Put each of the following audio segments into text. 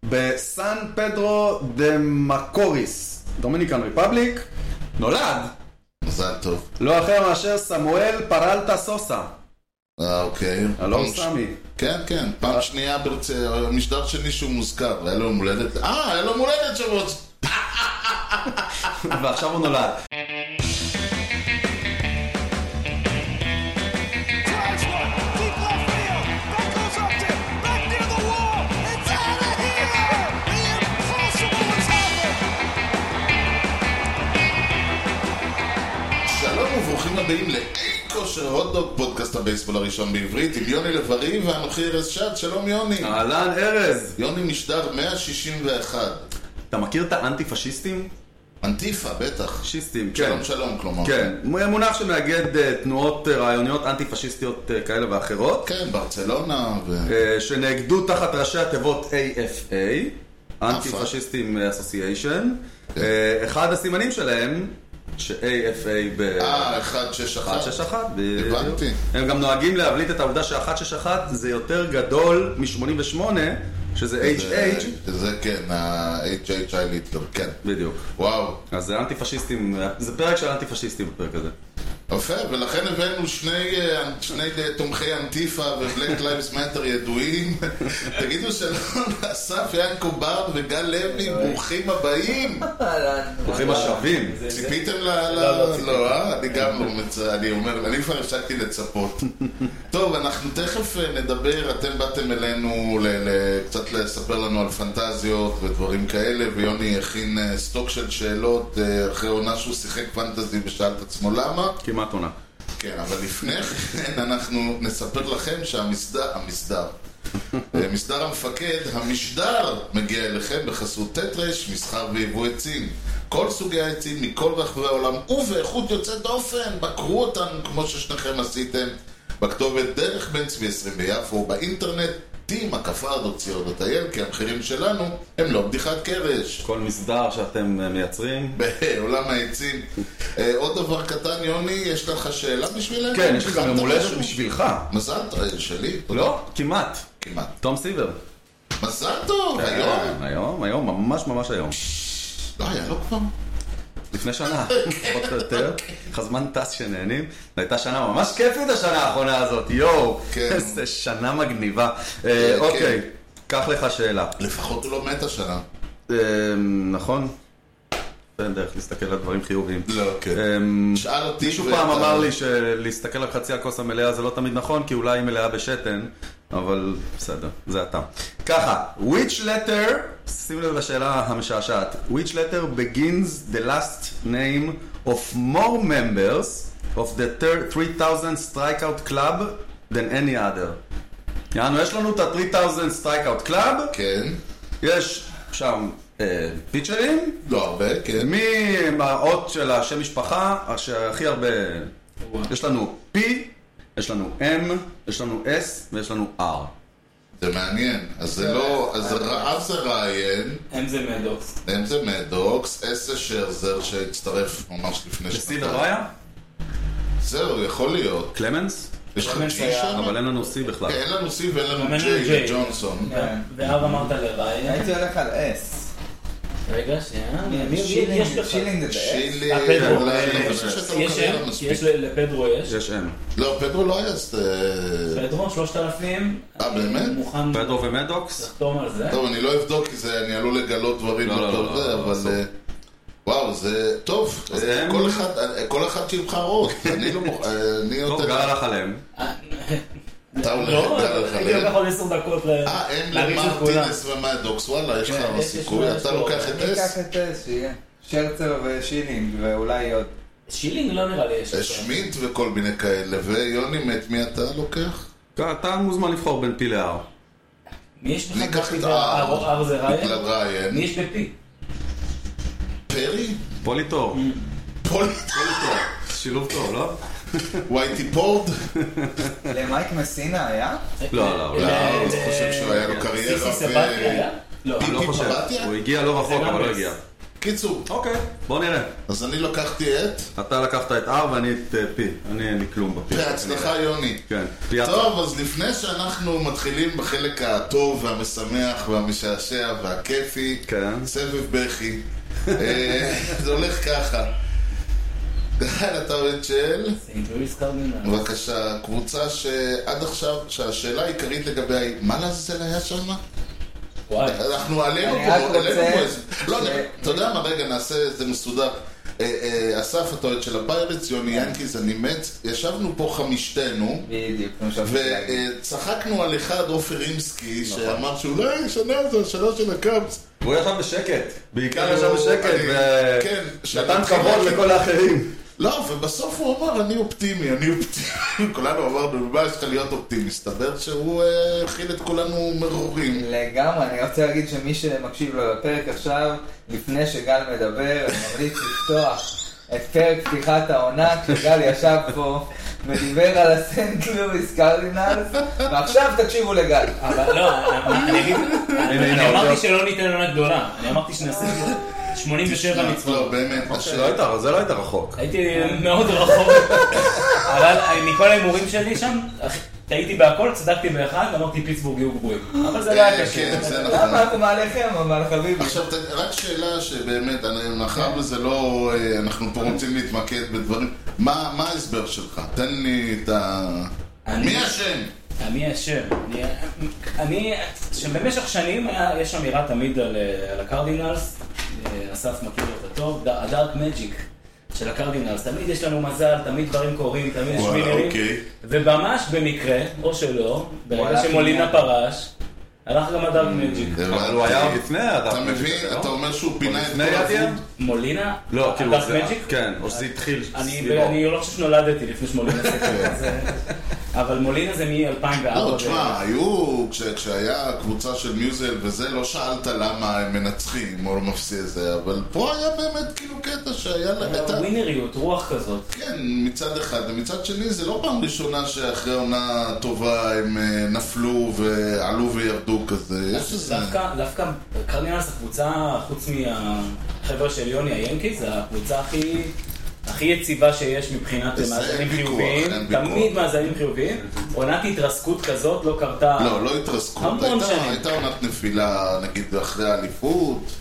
בסן פדרו דה מקוריס, דומיניקן ריפבליק, נולד. מזל טוב. לא אחר מאשר סמואל פרלטה סוסה. אוקיי. הלו סמי. כן, כן. פעם שנייה משדר שני שהוא מוזכר. היה לו מולדת. היה לו מולדת שבוץ. ועכשיו הוא נולד. וברוכים הבאים כושר הוטדוג, פודקאסט הבייסבול הראשון בעברית עם יוני לב-ארי ואנוכי ארז שד. שלום יוני. אהלן ארז. יוני, משדר 161. אתה מכיר את האנטי-פשיסטים? אנטיפה, בטח. פשיסטים, כן. שלום שלום, כלומר. כן, מונח שמאגד תנועות רעיוניות אנטי-פשיסטיות כאלה ואחרות. כן, ברצלונה שנאגדו תחת ראשי התיבות AFA, Anti-Fascism Association. אחד הסימנים שלהם ש-AFA ב... 161. הבנתי. הם גם נוהגים להבליט את העובדה ש-161 זה יותר גדול מ-88, שזה HH. זה כן, ה-HH ליטר, כן. בדיוק. וואו. אז זה אנטי-פשיסטים, זה פרק של אנטי-פשיסטים בפרק הזה. יפה, ולכן הבאנו שני תומכי אנטיפה ובלק לייבס מטר ידועים. תגידו שלום לאסף ינקו ברד וגל לוי, ברוכים הבאים. ברוכים השבים. ציפיתם לא, אני גם לא מצא, אני אומר, אני כבר הפסקתי לצפות. טוב, אנחנו תכף נדבר, אתם באתם אלינו קצת לספר לנו על פנטזיות ודברים כאלה, ויוני הכין סטוק של שאלות אחרי עונה שהוא שיחק פנטזי ושאל את עצמו למה. כמעט עונה. כן, אבל לפני כן אנחנו נספר לכם מסדר המפקד, המשדר מגיע אליכם בחסות טטרש, מסחר ויבוא עצים. כל סוגי העצים מכל רחבי העולם ובאיכות יוצאת דופן. בקרו אותנו כמו ששניכם עשיתם בכתובת דרך בן צבי 20 ביפו, באינטרנט tima.co.il, כי המחירים שלנו הם לא בדיחת קרש. כל מסדר שאתם מייצרים בעולם העצים. עוד דבר קטן, יוני, יש לך שאלה בשבילנו? כן, יש לי גם יום הולדת בשבילך. מזל טוב, שלי. לא, כמעט. תום סיבר. מזל טוב, היום, ממש היום. לא היה לו כבר? לפני שנה, פחות או יותר, חזמן טס שנהנים. הייתה שנה ממש כיפית השנה האחרונה הזאת, יואו, איזה שנה מגניבה. אוקיי, קח לך שאלה. לפחות הוא לא מת השנה. נכון? אין דרך להסתכל על דברים חיוביים. לא, כן. מישהו פעם אמר לי שלהסתכל על חצי הכוס המלאה זה לא תמיד נכון, כי אולי היא מלאה בשתן, אבל בסדר, זה אתה. ככה, which letter, שים לב לשאלה המשעשעת, which letter begins the last name of more members of the 3000 strikeout club than any other? יענו, יש לנו את ה-3000 strikeout club. כן. יש שם פיצ'רים. לא הרבה, כן. מהאות של השם משפחה, שהכי הרבה... יש לנו P, יש לנו M, יש לנו S ויש לנו R. זה מעניין. אז זה לא... אז זה ריין. M זה מדוקס. M זה מדוקס. S זה שרזר שהצטרף ממש לפני שנתיים. וסילר לא היה? זהו, יכול להיות. קלמנס? יש לך G שם? אבל אין לנו C בכלל. אין לנו C ואין לנו J לג'ונסון. ואב אמרת לריין. הייתי הולך על S. רגע, שנייה. שילינג זה יש לפדרו יש. יש M. לא, פדרו לא היה. פדרו 3000. באמת? פדרו ומדוקס? לחתום על זה. טוב, אני לא אבדוק כי אני עלול לגלות דברים לא זה, אבל... וואו, זה טוב. כל אחד שיבחר עוד. טוב, גל הלך עליהם. אתה הולך הייתי לוקח עוד 10 דקות להריץ את כולם. מרטינס ומדוקס, וואלה, יש לך סיכוי. אתה לוקח את אני אקח את S, שיהיה שרצר ושילינג ואולי עוד. שילינג לא נראה לי יש. שמיט וכל מיני כאלה. ויוני, את מי אתה לוקח? אתה מוזמן לבחור בין P ל-R. מי יש לך? ניקח את R זה ריין? בגלל ריין. מי יש בפי? פרי? פוליטור. פוליטור. שילוב טוב, לא? וייטי פורד? למייק מסינה היה? לא. אני חושב שהוא היה לו קריירה סיסי סבתי היה? לא חושב. הוא הגיע לא רחוק, אבל לא הגיע. קיצור. אוקיי, בוא נראה. אז אני לקחתי את... אתה לקחת את R ואני את P. אני אין לי כלום בפי. בהצלחה יוני. כן. טוב, אז לפני שאנחנו מתחילים בחלק הטוב והמשמח והמשעשע והכיפי, סבב בכי. זה הולך ככה. אתה עובד של... בבקשה, קבוצה שעד עכשיו, שהשאלה העיקרית לגבי מה לעזאזל היה שם? אנחנו עלינו פה, לא, אתה יודע מה, רגע, נעשה את זה מסודר. אסף, אתה עובד של הפיירטס, יוני ינקיז, אני מצ, ישבנו פה חמישתנו וצחקנו על אחד, עופר רימסקי, שאמר שאולי שנה זו השנה של הקאפס. והוא ישב בשקט, בעיקר ישב בשקט ונתן כבוד לכל האחרים. לא, ובסוף הוא אמר, אני אופטימי. כולנו אמרנו, מה יש לך להיות אופטימי? מסתבר שהוא הכיל את כולנו מרורים. לגמרי, אני רוצה להגיד שמי שמקשיב לו בפרק עכשיו, לפני שגל מדבר, אני ממליץ לפתוח את פרק פתיחת העונה, כשגל ישב פה ודיבר על הסנט לואיס קרדינלס, ועכשיו תקשיבו לגל. אבל לא, אני אמרתי שלא ניתן עונה גדולה, אני אמרתי שנעשה 87 מצוות. לא, באמת. זה לא היית רחוק. הייתי מאוד רחוק. אבל מכל האימורים שלי שם, טעיתי בהכל, צדקתי באחד, אמרתי פיטסבורג יהיו גבוהים. אבל זה לא היה קשה. כן, זה נכון. למה אנחנו מעליכם, אבל חביבי. עכשיו, רק שאלה שבאמת, מאחר וזה לא, אנחנו פה רוצים להתמקד בדברים. מה ההסבר שלך? תן לי את ה... מי השם? מי השם? שבמשך שנים יש אמירה תמיד על הקרדינלס, אסף מכיר אותה טוב, הדארק מג'יק של הקרדינלס, תמיד יש לנו מזל, תמיד דברים קורים, תמיד יש מינרים, וממש במקרה, או שלא, ברגע שמולינה פרש, הלך גם הדארק מג'יק. אבל הוא היה לפני הדארק מג'יק. אתה מבין? אתה אומר שהוא פינה את כל הפוד? מולינה? לא, כאילו הדארק מג'יק? כן, או שזה התחיל. אני לא חושב שנולדתי לפני שמולינה סקר. אבל מולינה זה מ-2004. לא, תשמע, היו, כשהיה קבוצה של מיוזל וזה, לא שאלת למה הם מנצחים או לא מפסיד זה, אבל פה היה באמת כאילו קטע שהיה לה... ווינריות, רוח כזאת. כן, מצד אחד, ומצד שני זה לא פעם ראשונה שאחרי עונה טובה הם נפלו ועלו וירדו כזה. דווקא קרדינלס הקבוצה, חוץ מהחבר'ה של יוני היאנקיז, זה הקבוצה הכי יציבה שיש מבחינת מאזנים חיוביים, תמיד מאזנים חיוביים. עונת התרסקות כזאת לא קרתה לא התרסקות, הייתה עונת נפילה נגיד אחרי האליפות,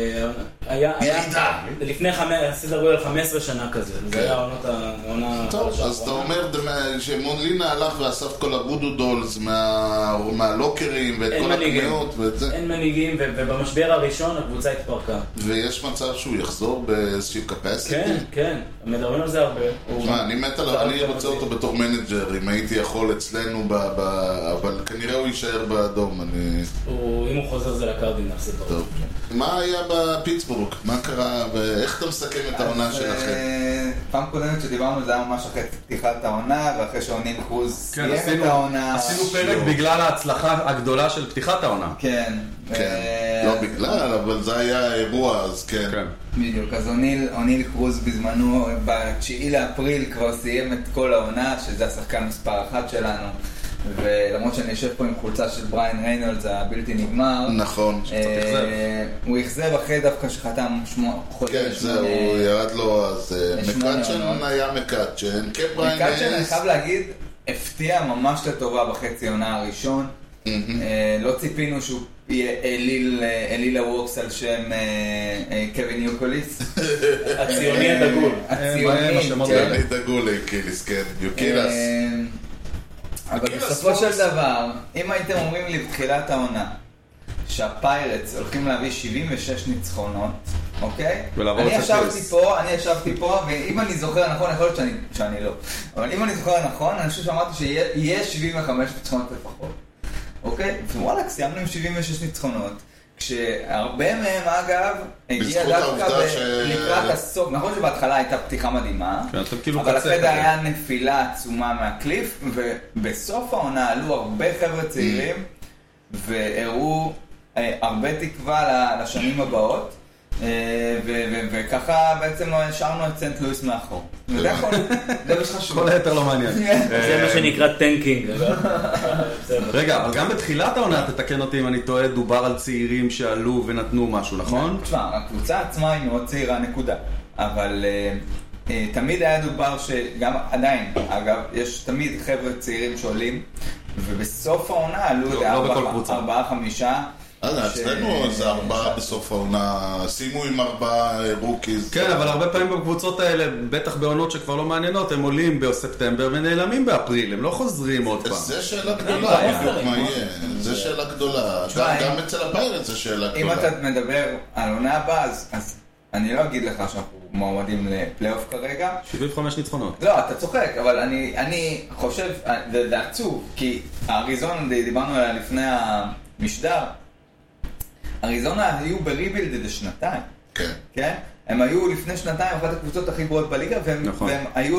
לפני סדר גודל 15 שנה כזה, זה היה עונה... טוב, אז אתה אומר שמולינה הלך ואסף כל הבודו דולס מהלוקרים ואת כל הקניות אין מנהיגים, ובמשבר הראשון הקבוצה התפרקה ויש מצב שהוא יחזור באיזושהי קפסיטי? כן, מדברים על זה הרבה. אני מת עליו, אני רוצה אותו בתור מנג'ר, אם הייתי יכול אצלנו, אבל כנראה הוא יישאר באדום. אם הוא חוזר זה לקרדינלס, זה טוב. מה היה בפיטסבורג? מה קרה, ואיך אתה מסכם את העונה שלכם? פעם קודמת שדיברנו זה היה ממש אחרי פתיחת העונה, ואחרי שעונים קרוז סיים את העונה. עשינו פרק בגלל ההצלחה הגדולה של פתיחת העונה. כן. לא בגלל, אבל זה היה אירוע, אז כן. בדיוק, אז אוניל קרוז בזמנו, ב9 לאפריל כבר סיים את כל העונה, שזה השחקן מספר 1 שלנו. ולמרות שאני יושב פה עם חולצה של בריין ריינולדס, הבלתי נגמר. נכון. הוא יחזב אחרי דווקא שחתם חוזר. כן, זהו, הוא ירד לו, אז מקאצ'ן היה מקאצ'ן. מקאצ'ן, אני חייב להגיד, הפתיע ממש לטובה בחצי עונה הראשון. לא ציפינו שהוא יהיה אלילה וורקס על שם קווין יוקוליס. הציוני הדגול. הציוני הדגול, יוקיליס, כן, יוקילס. אבל בסופו של דבר, אם הייתם אומרים לי בתחילת העונה שהפיירטס הולכים להביא 76 ניצחונות, אוקיי? אני ישבתי פה, ואם אני זוכר נכון, יכול להיות שאני לא, אבל אם אני זוכר נכון, אני חושב שאמרתי שיהיה 75 ניצחונות לפחות, אוקיי? ווואלק, סיימנו עם 76 ניצחונות, כשהרבה מהם אגב הגיע דווקא לקראת הסוף. נכון שבהתחלה הייתה פתיחה מדהימה, אבל אחרי זה היה נפילה עצומה מהקליף, ובסוף העונה עלו הרבה חבר'ה צעירים והראו הרבה תקווה לשנים הבאות, וככה בעצם לא השארנו את סנט לואיס מאחור. זה הכל, זה מה שחשוב. כל היתר לא מעניין. זה מה שנקרא טנקינג. רגע, אבל גם בתחילת העונה, תתקן אותי אם אני טועה, דובר על צעירים שעלו ונתנו משהו, נכון? תשמע, הקבוצה עצמה היא מאוד צעירה, נקודה. אבל תמיד היה דובר שגם עדיין, אגב, יש תמיד חבר'ה צעירים שעולים, ובסוף העונה עלו את 4-5. אצלנו זה 4 בסוף העונה, שימו עם 4 רוקיז. כן, אבל הרבה פעמים בקבוצות האלה, בטח בעונות שכבר לא מעניינות, הם עולים בספטמבר ונעלמים באפריל, הם לא חוזרים עוד פעם. זה שאלה גדולה, בדיוק מה יהיה, זה שאלה גדולה. גם אצל הפיירט זה שאלה גדולה. אם אתה מדבר על עונה הבאה, אז אני לא אגיד לך שאנחנו מועמדים לפלייאוף כרגע. 75 ניצחונות. לא, אתה צוחק, אבל אני חושב, זה עצוב, כי האריזונה, דיברנו עליה לפני המשדר, אריזונה היו בריבילד איזה שנתיים. כן. כן? הם היו לפני שנתיים אחת הקבוצות הכי גרועות בליגה, והם היו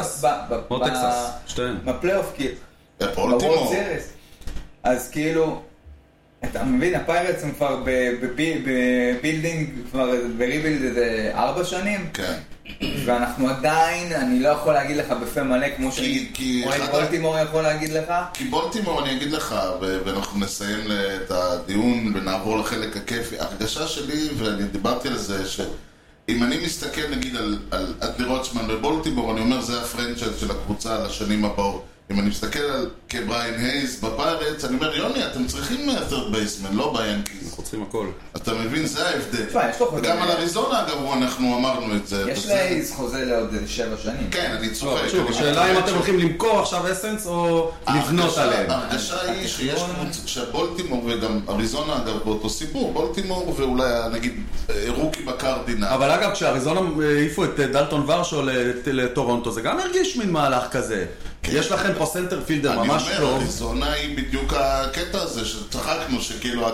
שתיהן. בפלייאוף, בפולטימור. אז כאילו, אתה מבין, הפיירטס הם כבר בבילדינג, כבר בריבילד איזה 4 שנים. כן. ואנחנו עדיין, אני לא יכול להגיד לך בפה מלא כמו שבולטימור יכול להגיד לך. כי בולטימור אני אגיד לך, ואנחנו נסיים את הדיון ונעבור לחלק הכיפי. ההרגשה שלי, ואני דיברתי על זה, שאם אני מסתכל נגיד על אדלי רוטשמן בבולטימור, אני אומר זה הפרנצ'ייז של הקבוצה לשנים הבאות. אם אני מסתכל על כבריין הייז בפיירטס, אני אומר, יוני, אתם צריכים third baseman, לא ביאנקיז. אנחנו צריכים הכל. אתה מבין, זה ההבדל. וגם על אריזונה, אגב, אנחנו אמרנו את זה. יש להייז חוזה לעוד 7 שנים. כן, אני צוחק. השאלה אם אתם הולכים למכור עכשיו אסנס או לבנות עליהם. ההרגשה היא שיש שבולטימור וגם אריזונה, אגב, באותו סיפור, בולטימור ואולי נגיד רוקי בקרדינל. אבל אגב, כשאריזונה העיפו את דלטון ורשו לטורונטו, זה גם הרגיש מין מהלך כזה. יש לכם פה סנטר פילדר ממש טוב. אני אומר, אריזונה היא בדיוק הקטע הזה שצחקנו, שכאילו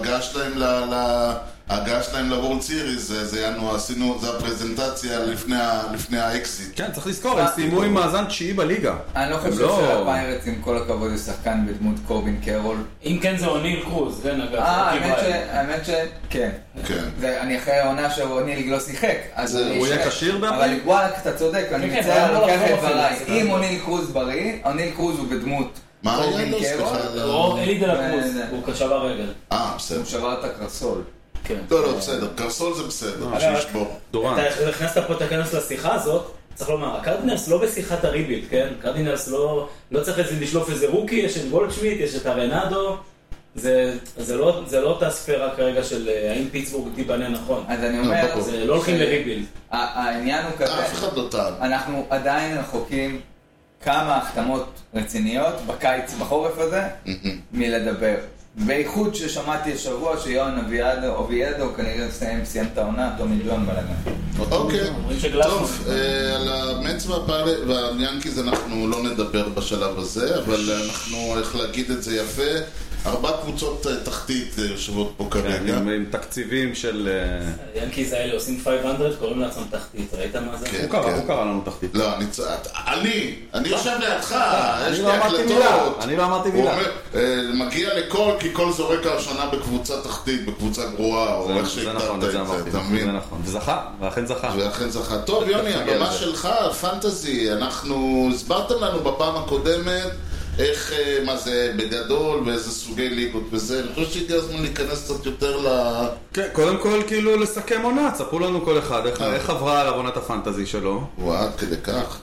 ההגעה שלהם לוורלד סיריז, זה עשינו, זה הפרזנטציה לפני האקזיט. כן, צריך לזכור, הם סיימו עם מאזן 9 בליגה. אני לא חושב שהפיירטס עם כל הכבוד הוא שחקן בדמות קורבין קרול. אם כן זה אוניל קרוז, כן אגב. האמת שכן. אני אחרי העונה שאוניל לא שיחק. הוא יהיה קשיר באפריל? אבל וואלק, אתה צודק, אני מצטער על כך את דבריי. אם אוניל קרוז בריא, אוניל קרוז הוא בדמות קורבין קרול. אלי דלה קרוז, הוא שבר רגל. בסדר. הוא שבר את הקרסול. לא, בסדר, קרסול זה בסדר, אתה הכנסת פה תכנס לשיחה הזאת, צריך לומר, הקרדינלס לא בשיחת הריבילד, כן? קרדינלס לא צריך לשלוף איזה רוקי, יש את גולדשמיט, יש את הרנדו, זה לא אותה ספירה כרגע של האם פיטסבורג תיבנה נכון. אז אני אומר, זה לא הולכים לריבילד. העניין הוא כזה, אף אחד לא טען. אנחנו עדיין רחוקים כמה החתמות רציניות בקיץ, בחורף הזה, מלדבר. בייחוד ששמעתי השבוע שיון אביאדו כנראה סיים את העונה, טומי ג'ון בלגן. אוקיי, טוב, על המץ והיאנקיז אנחנו לא נדבר בשלב הזה, אבל אנחנו, איך להגיד את זה יפה, 4 קבוצות תחתית יושבות פה כרגע. עם תקציבים של... היאנקיז האלה עושים 500, קוראים לעצמם תחתית, ראית מה זה? הוא קרא לנו תחתית. לא, אני יושב לידך, יש לי הקלטות. אני לא אמרתי מילה. מגיע לכל, כי כל זורק השנה בקבוצה תחתית, בקבוצה גרועה, או איך שהקטרת את זה, אתה מבין? זה נכון, וזכה, ואכן זכה. טוב, יוני, הבמה שלך, פנטזי, הסברתם לנו בפעם הקודמת, איך, מה זה בגדול, ואיזה סוגי ליגות וזה, אני חושב שהגיע הזמן להיכנס קצת יותר כן, קודם כל כאילו לסכם עונה, ספרו לנו כל אחד, איך עברה על עונת הפנטזי שלו? עד כדי כך.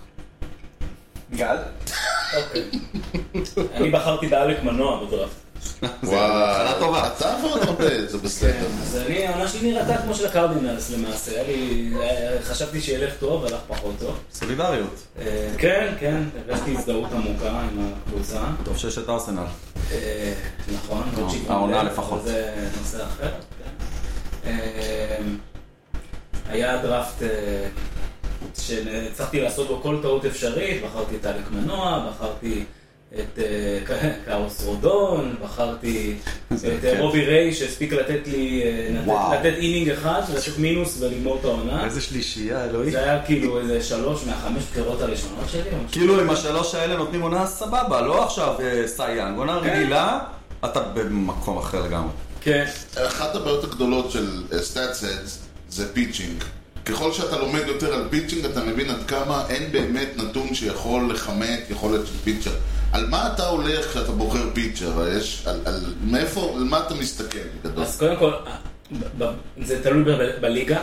גל? אוקיי. אני בחרתי באלק מנוע בדראפט. התחלה טובה. אתה עברת הרבה, זה בסדר. אז העונה שלי נראתה כמו של הקרדינלס למעשה. חשבתי שילך טוב, הלך פחות טוב. סולידריות. כן, כן. הרגשתי הזדהות עמוקה עם הקבוצה. טוב שיש את ארסנל. נכון. העונה לפחות. זה נושא אחר. היה דראפט שהצלחתי לעשות בו כל טעות אפשרית. בחרתי את אלק מנוע, בחרתי את קאוס רודון, בחרתי את רובי ריי שהספיק לתת לי, לתת אינינג אחד, לתת מינוס ולגמור את העונה. איזה שלישייה, אלוהי. זה היה כאילו איזה 3 מה-5 בחירות הראשונות שלי. כאילו עם ה3 האלה נותנים עונה סבבה, לא עכשיו סייאנג, עונה רגילה, אתה במקום אחר לגמרי. כן. אחת הבעיות הגדולות של סטאטסטס זה פיצ'ינג. ככל שאתה לומד יותר על פיצ'ינג, אתה מבין עד כמה אין באמת נתון שיכול לחמת יכולת של פיצ'ר. על מה אתה הולך כשאתה בוחר פיצ'ר? מאיפה, על מה אתה מסתכל? אז קודם כל, זה תלוי בליגה.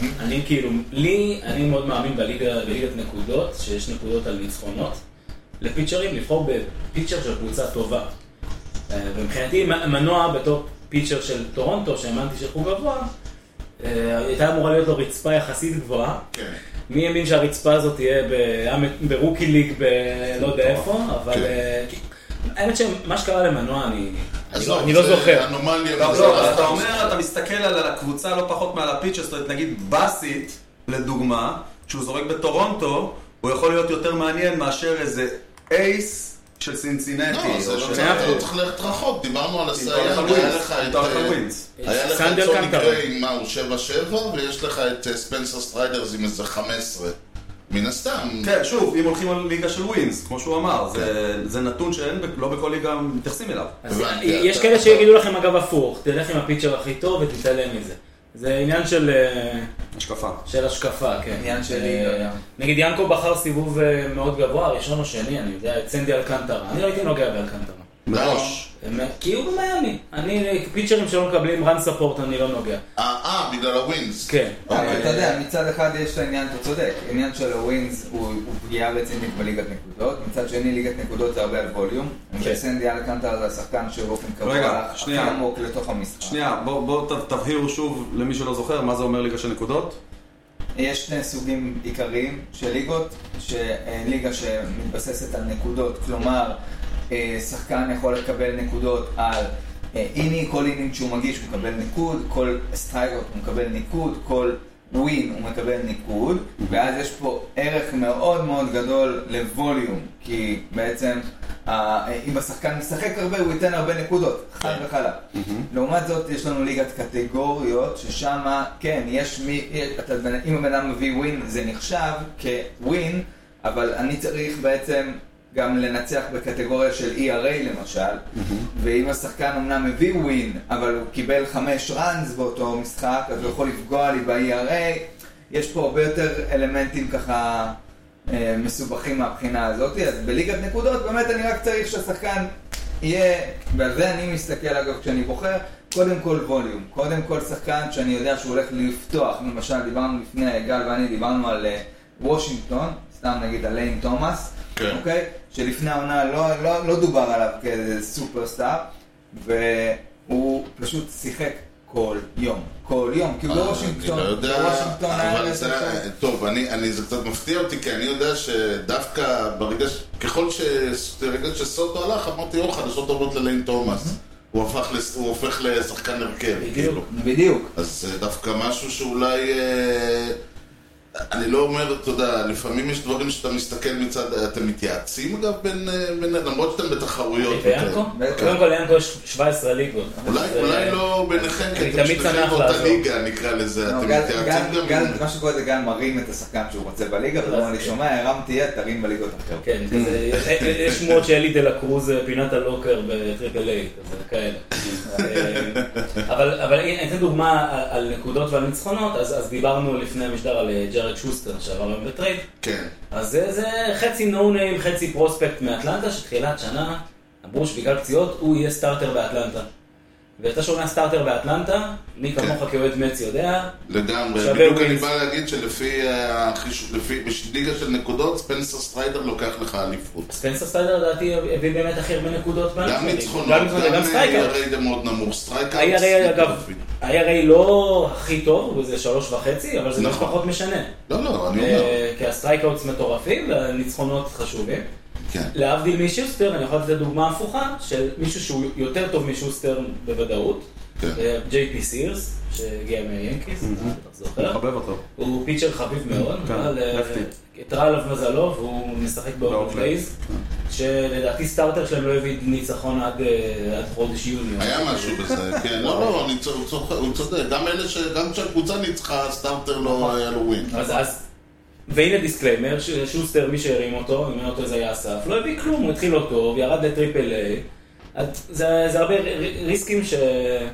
אני מאוד מאמין בליגת נקודות, שיש נקודות על ניצחונות. לפיצ'רים, לבחור בפיצ'ר של קבוצה טובה. ומבחינתי, מנוע בתור פיצ'ר של טורונטו, שהאמנתי שחוג גבוה, הייתה אמורה להיות לו רצפה יחסית גבוהה. מי האמין שהרצפה הזאת תהיה ברוקי ליג בלא יודע איפה, אבל האמת שמה שקרה למנוע אני לא זוכר. אתה אומר, אתה מסתכל על הקבוצה לא פחות מעל הפיצ'ר, זאת אומרת, נגיד בסית, לדוגמה, שהוא זורק בטורונטו, הוא יכול להיות יותר מעניין מאשר איזה אייס של סינסינטי. לא, זה לא צריך ללכת רחוק, דיברנו על הסייאן, היה לך את סוני גריי, מה הוא 7-7, ויש לך את ספנסר סטריידרס עם איזה 15. מן הסתם. כן, שוב, אם הולכים על ליגה של ווינס, כמו שהוא אמר, זה נתון שלא בכל ליגה מתייחסים אליו. יש כאלה שיגידו לכם אגב הפוך, תלך עם הפיצ'ר הכי טוב ותתעלם מזה. זה עניין של השקפה. של השקפה, כן. עניין של ליגה. נגיד ינקו בחר סיבוב מאוד גבוה, ראשון או שני, אני יודע, את סנדי אלקנטרה. אני לא הייתי נוגע באלקנטרה. מראש. כי הוא במיימי. אני, פיצ'רים שלא מקבלים רן ספורט, אני לא נוגע. בגלל הווינס. כן. אתה יודע, מצד אחד יש את העניין, אתה צודק. העניין של הווינס הוא פגיעה רצינית בליגת נקודות. מצד שני, ליגת נקודות זה הרבה על ווליום. וסנדי אלקנטרה זה השחקן שבאופן קבוע הכי עמוק לתוך המשחק. שנייה, בואו תבהירו שוב למי שלא זוכר מה זה אומר ליגה של נקודות. יש שני סוגים עיקריים של ליגות. ליגה שמתבססת על נקודות, כלומר שחקן יכול לקבל נקודות על כל אינינג שהוא מגיש הוא מקבל ניקוד, כל סטרייק-אוט הוא מקבל ניקוד, כל ווין הוא מקבל ניקוד, ואז יש פה ערך מאוד מאוד גדול לווליום, כי בעצם אם השחקן משחק הרבה הוא ייתן הרבה נקודות, חד וחלק. לעומת זאת יש לנו ליגת קטגוריות ששם כן, אם הבן אדם מביא ווין זה נחשב כווין, אבל אני צריך בעצם גם לנצח בקטגוריה של ERA למשל, ואם השחקן אמנם מביא ווין, אבל הוא קיבל 5 ראנס באותו משחק, אז הוא יכול לפגוע לי ב-ERA. יש פה הרבה יותר אלמנטים ככה מסובכים מהבחינה הזאת, אז בליגת נקודות באמת אני רק צריך שהשחקן יהיה, ועל זה אני מסתכל אגב כשאני בוחר, קודם כל ווליום, קודם כל שחקן שאני יודע שהוא הולך לפתוח, למשל דיברנו לפני, גל ואני דיברנו על וושינגטון, סתם נגיד על ליין תומאס, אוקיי? שלפני העונה לא דובר עליו כאיזה סופרסטאר, והוא פשוט שיחק כל יום, כי הוא בוושינגטון, אבל זה, טוב, זה קצת מפתיע אותי, כי אני יודע שדווקא ככל שרגע שסוטו הלך, אמרתי חדשות טובות לליין תומאס, הוא הופך לשחקן הרכב. בדיוק. אז דווקא משהו שאולי אני לא אומר, אתה יודע, לפעמים יש דברים שאתה מסתכל מצד, אתם מתייעצים אגב בין למרות שאתם בתחרויות. קודם כל ליאנקו יש 17 ליגות. אולי לא ביניכם, כי אתם שתכם באותה ליגה, נקרא לזה, אתם מתייעצים גם. מה שקורה זה גם מרים את השחקן שהוא רוצה בליגה, ולא אני שומע, הרמתי יד, תרים בליגות אחרות. כן, יש שמועות שאלי דה לקרוז פינת הלוקר בטריפל איי, כאלה. אבל אני אתן דוגמה על נקודות ועל ניצחונות, אז דיברנו לפני המשדר על ג'רד שוסטר שעבר היום בטרייד. כן. אז זה חצי נו-ניימ, חצי פרוספקט מאטלנטה, שתחילת שנה, אמרו שבגלל פציעות הוא יהיה סטארטר באטלנטה. ואתה שומע סטארטר באטלנטה, מי כמוך כאוהד מצ יודע. לגמרי, בדיוק אני בא להגיד שלפי ליגה של נקודות, ספנסר סטריידר לוקח לך אליפות. ספנסר סטריידר לדעתי הביא באמת הכי הרבה נקודות. גם ניצחונות, גם IRA דה מאוד נמוך, סטרייקאוט. IRA לא הכי טוב, הוא זה 3.5, אבל זה לא פחות משנה. לא, אני אומר. כי הסטרייקאוטס מטורפים, והניצחונות חשובים. להבדיל משוסטר, אני יכול לתת דוגמה הפוכה של מישהו שהוא יותר טוב משוסטר בוודאות, JP סירס, שהגיע מהיאנקיס, אתה זוכר? מחבב אותו. הוא פיצ'ר חביב מאוד, אבל התראה עליו מזלו, והוא משחק באורפלייז, שלדעתי סטארטר שלהם לא הביא ניצחון עד חודש יוני. היה משהו בזה, כן, לא, הוא צודק, גם כשהקבוצה ניצחה, סטארטר לא היה לו ווין. והנה דיסקליימר, שוסטר, מי שהרים אותו, אם אותו זה היה אסף, לא הביא כלום, הוא התחיל לא טוב, ירד לטריפל איי. זה הרבה ריסקים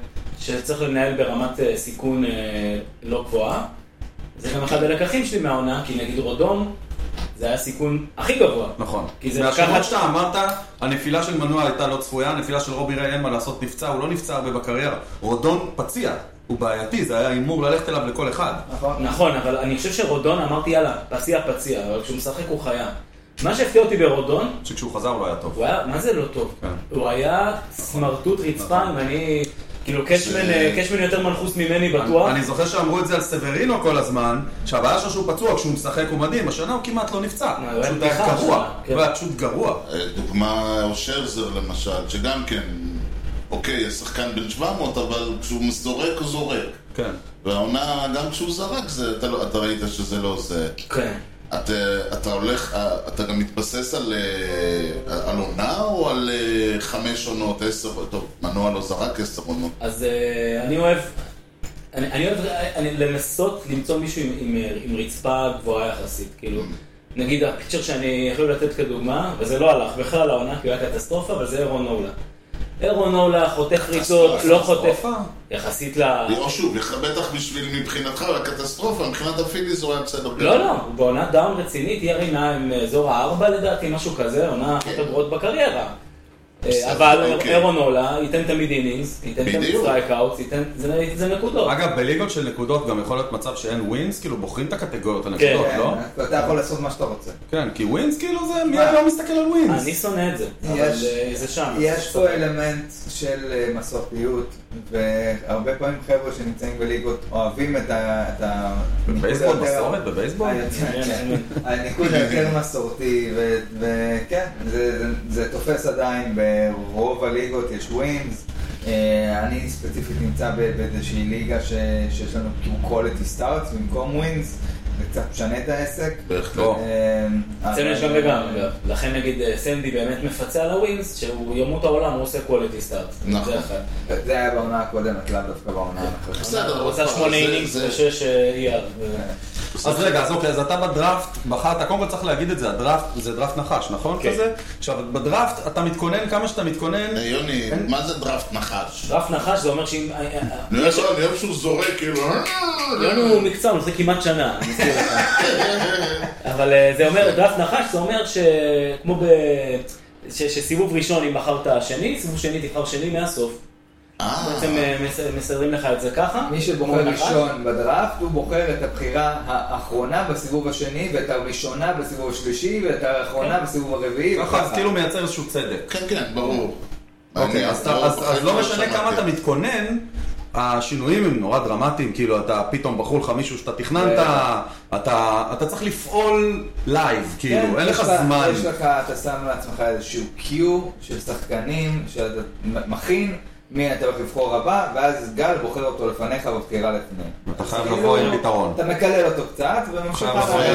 שצריך לנהל ברמת סיכון לא גבוהה. זה גם אחד הלקחים שלי מהעונה, כי נגיד רודון, זה היה סיכון הכי גבוה. נכון. מהשמות שאתה אמרת, הנפילה של מנוע הייתה לא צפויה, הנפילה של רובי ריי אין מה לעשות נפצע, הוא לא נפצע הרבה בקריירה. רודון פציע, הוא בעייתי, זה היה אימור ללכת אליו לכל אחד. נכון, אבל אני חושב שרודון אמרתי יאללה, פציע, אבל כשהוא משחק הוא חיה. מה שהפתיע אותי ברודון... שכשהוא חזר הוא לא היה טוב. מה זה לא טוב? הוא היה סמרטוט רצפה, אם אני... כאילו קשמן יותר מנחוס ממני בטוח. אני זוכר שאמרו את זה על סברינו כל הזמן, שהבעיה שלו שהוא פצוע, כשהוא משחק הוא מדהים, השנה הוא כמעט לא נפצע. פשוט היה גרוע. הוא היה פשוט גרוע. דוגמה או שרזר למשל, שגם כן, אוקיי, השחקן בן 700, אבל כשהוא זורק הוא זורק. כן. והעונה, גם כשהוא זרק, אתה ראית שזה לא זה. כן. אתה הולך, אתה גם מתבסס על עונה או על 5 עונות, 10, טוב, מנוע לא זרק 10 עונות. אז אני אוהב לנסות למצוא מישהו עם רצפה גבוהה יחסית, כאילו, נגיד הפיצ'ר שאני יכול לתת כדוגמה, וזה לא הלך בכלל העונה כי הוא היה קטסטרופה, אבל זה אירון נולה. אירון נולה חותך ריצות, לא חותך יחסית או שוב, בטח בשביל מבחינתך, הקטסטרופה, מבחינת הפיליס הוא היה בסדר. לא, הוא בעונה דאון רצינית, היא הרינה עם אזור 4 לדעתי, משהו כזה, עונה אחת הגרועות בקריירה. אבל אירון נולה ייתן תמיד אינינגס, ייתן תמיד סטרייקאוטס, זה נקודות. אגב, בליגות של נקודות גם יכול להיות מצב שאין ווינס, כאילו בוחרים את הקטגוריות הנקודות, לא? אתה יכול לעשות מה שאתה רוצה. כן, כי ווינס כאילו זה, מי לא מסתכל על ווינס? אני שונא את זה, אבל זה שם. יש פה אלמנט של מסורתיות, והרבה פעמים חבר'ה שנמצאים בליגות אוהבים את ה... בבייסבול, מסורת בבייסבול? הניקוד היותר מסורתי, וכן, זה תופס עדיין ברוב הליגות, יש ווינס. אני ספציפית נמצא באיזושהי ליגה שיש לנו quality starts במקום ווינס. זה קצת משנה את העסק. בהחלט. אצלנו יש גם וגם, לכן נגיד סנדי באמת מפצה על הווינס, שהוא ימות העולם, הוא עושה quality start. נכון. זה היה בעונה הקודמת, לאו דווקא בעונה הקודמת. בסדר, הוא רוצה 8 אינינגס ו6 ER. אז רגע, אז אוקיי, אז אתה בדראפט בחרת, קודם כל צריך להגיד את זה, הדראפט זה דראפט נחש, נכון כזה? עכשיו, בדראפט אתה מתכונן כמה שאתה מתכונן... יוני, מה זה דראפט נחש? דראפט נחש זה אומר שאם... אני אוהב שהוא זורק, כאילו... יוני הוא מקצוע, הוא עושה כמעט שנה, אני מזכיר לך. אבל זה אומר, דראפט נחש זה אומר שכמו שסיבוב ראשון אם בחרת שני, סיבוב שני תבחר שני מהסוף. בעצם מסדרים לך את זה ככה. מי שבוחר ראשון בדראפט, הוא בוחר את הבחירה האחרונה בסיבוב השני, ואת הראשונה בסיבוב השלישי, ואת האחרונה בסיבוב הרביעי. ככה, אז כאילו מייצר איזשהו צדק. כן, כן, ברור. אוקיי, אז לא משנה כמה אתה מתכונן, השינויים הם נורא דרמטיים, כאילו אתה פתאום בחור לך מישהו שאתה תכננת, אתה צריך לפעול לייב, כאילו, אין לך זמן. יש לך, אתה שם לעצמך איזשהו קיו של שחקנים, שאתה מכין, מי אתה הולך לבחור הבא, ואז גל בוחר אותו לפניך בבחירה לפני. אתה חייב לבוא עם פתרון. אתה מקלל אותו קצת, וממשיך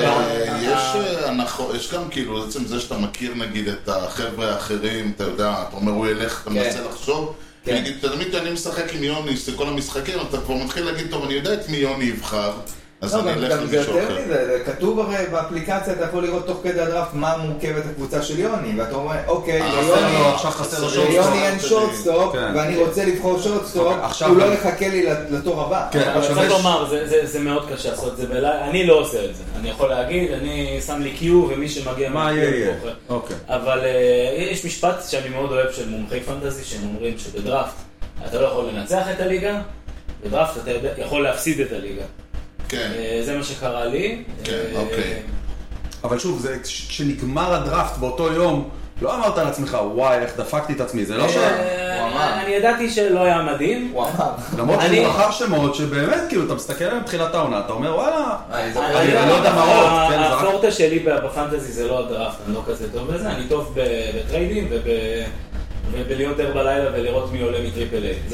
יש גם כאילו, בעצם זה שאתה מכיר נגיד את החבר'ה האחרים, אתה יודע, אתה אומר הוא ילך, אתה מנסה לחשוב, נגיד, תמיד אני משחק עם יוני, זה כל המשחקים, אתה כבר מתחיל להגיד, טוב, אני יודע את מי יוני יבחר, אז אני אלך למישהו אחר. זה כתוב הרי באפליקציה, אתה יכול לראות תוך כדי הדראפט מה מורכבת הקבוצה של יוני, ואתה אומר, אוקיי, ליוני אין שורטסטופ, ואני רוצה לבחור שורטסטופ, הוא לא יחכה לי לתור הבא. אבל צריך לומר, זה מאוד קשה לעשות את זה בלילה, אני לא עושה את זה, אני יכול להגיד, אני שם לי קיו ומי שמגיע מה יהיה. אבל יש משפט שאני מאוד אוהב של מומחי פנטזי, שהם אומרים שבדראפט אתה לא יכול לנצח את הליגה, בדראפט אתה יכול להפסיד את הליגה. זה מה שקרה לי. אבל שוב, כשנגמר הדראפט באותו יום, לא אמרת על עצמך, וואי, איך דפקתי את עצמי, זה לא אני ידעתי שלא היה מדהים. למרות שהוא בחר שמות שבאמת, כאילו, אתה מסתכל עליהם בתחילת העונה, אתה אומר, וואלה, אני לא יודע מה עוד. הפורטה שלי בפנטזי זה לא הדראפט, אני לא כזה טוב בזה, אני טוב בטריידים ובלהיות ער בלילה ולראות מי עולה מטריפל איי.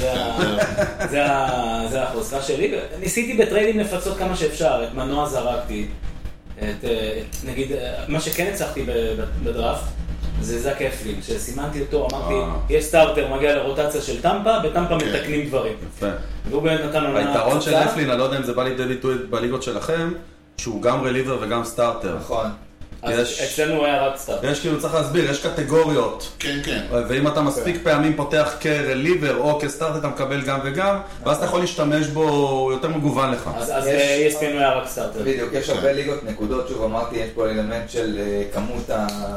זה החוזקה שלי. ניסיתי בטריידים לפצות כמה שאפשר, את מנוע זרקתי, נגיד, מה שכן הצלחתי בדראפט, זה זק אפלין, שסימנתי אותו, אמרתי, יש סטארטר, מגיע לרוטציה של טמפה, בטמפה מתקנים דברים. יפה. והוא באמת נתן עונה... היתרון של אפלין, אני לא יודע אם זה בא לידי ביטוי בליגות שלכם, שהוא גם רליבר וגם סטארטר. נכון. אצלנו הוא היה רק סטארטר. יש כאילו, צריך להסביר, יש קטגוריות. כן, כן. ואם אתה מספיק פעמים פותח כרליבר או כסטארטר, אתה מקבל גם וגם, ואז אתה יכול להשתמש בו יותר מגוון לך. אז אצלנו הוא היה רק סטארטר. בדיוק, יש הרבה ליגות נקודות, שוב אמרתי, יש פה אלמנט של כמות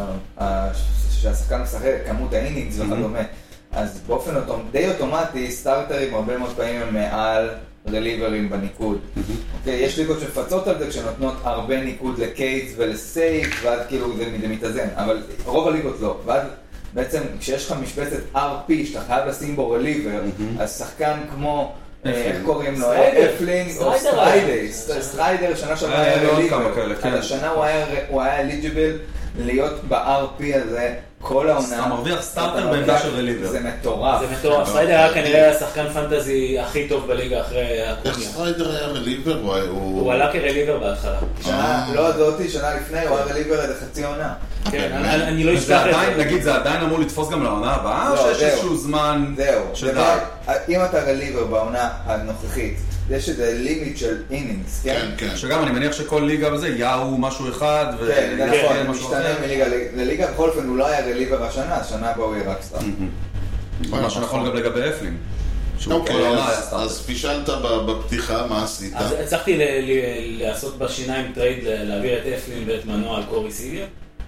שהשחקן משחק, כמות האינינגס וכדומה. אז באופן די אוטומטי, סטארטרים הרבה מאוד פעמים הם מעל רליברים בניקוד. יש ליגות שמפצות על זה כשנותנות הרבה ניקוד לקייטס ולסייק, ואז כאילו זה מתאזן, אבל רוב הליגות לא. ואז בעצם כשיש לך משבצת RP שאתה חייב לשים בו רליבר, אז שחקן כמו, איך קוראים לו? אפלינג או סטריידר, שנה שעברה היה רליבר. השנה הוא היה אליג'יבל להיות ב-RP הזה כל העונה. אתה מרוויח סטארטר בעמדה של רליבר. זה מטורף. זה מטורף. סטריידר היה כנראה השחקן פנטזי הכי טוב בליגה אחרי הקומיה. איך סטריידר היה רליבר? הוא עלה כרליבר בהתחלה. לא זאתי, שנה לפני, הוא היה רליבר עד חצי עונה. כן, אני לא אשכח את זה. נגיד, זה עדיין אמור לתפוס גם לעונה הבאה, או שיש איזשהו זמן שדי? אם אתה רליבר בעונה הנוכחית, יש איזה לימיט של אינינגס, כן? כן. שגם אני מניח שכל ליגה וזה, יאו משהו אחד, כן, נכון, משתנה מליגה לליגה, בכל אופן הוא לא היה רליבר השנה הבאה הוא יהיה רק סטארטר. מה שנכון גם לגבי אפלין. אוקיי, אז פישלת בפתיחה, מה עשית? אז הצלחתי לעשות בשיניים טרייד, להעביר את אפלין ואת מנוע על קורי סיגר.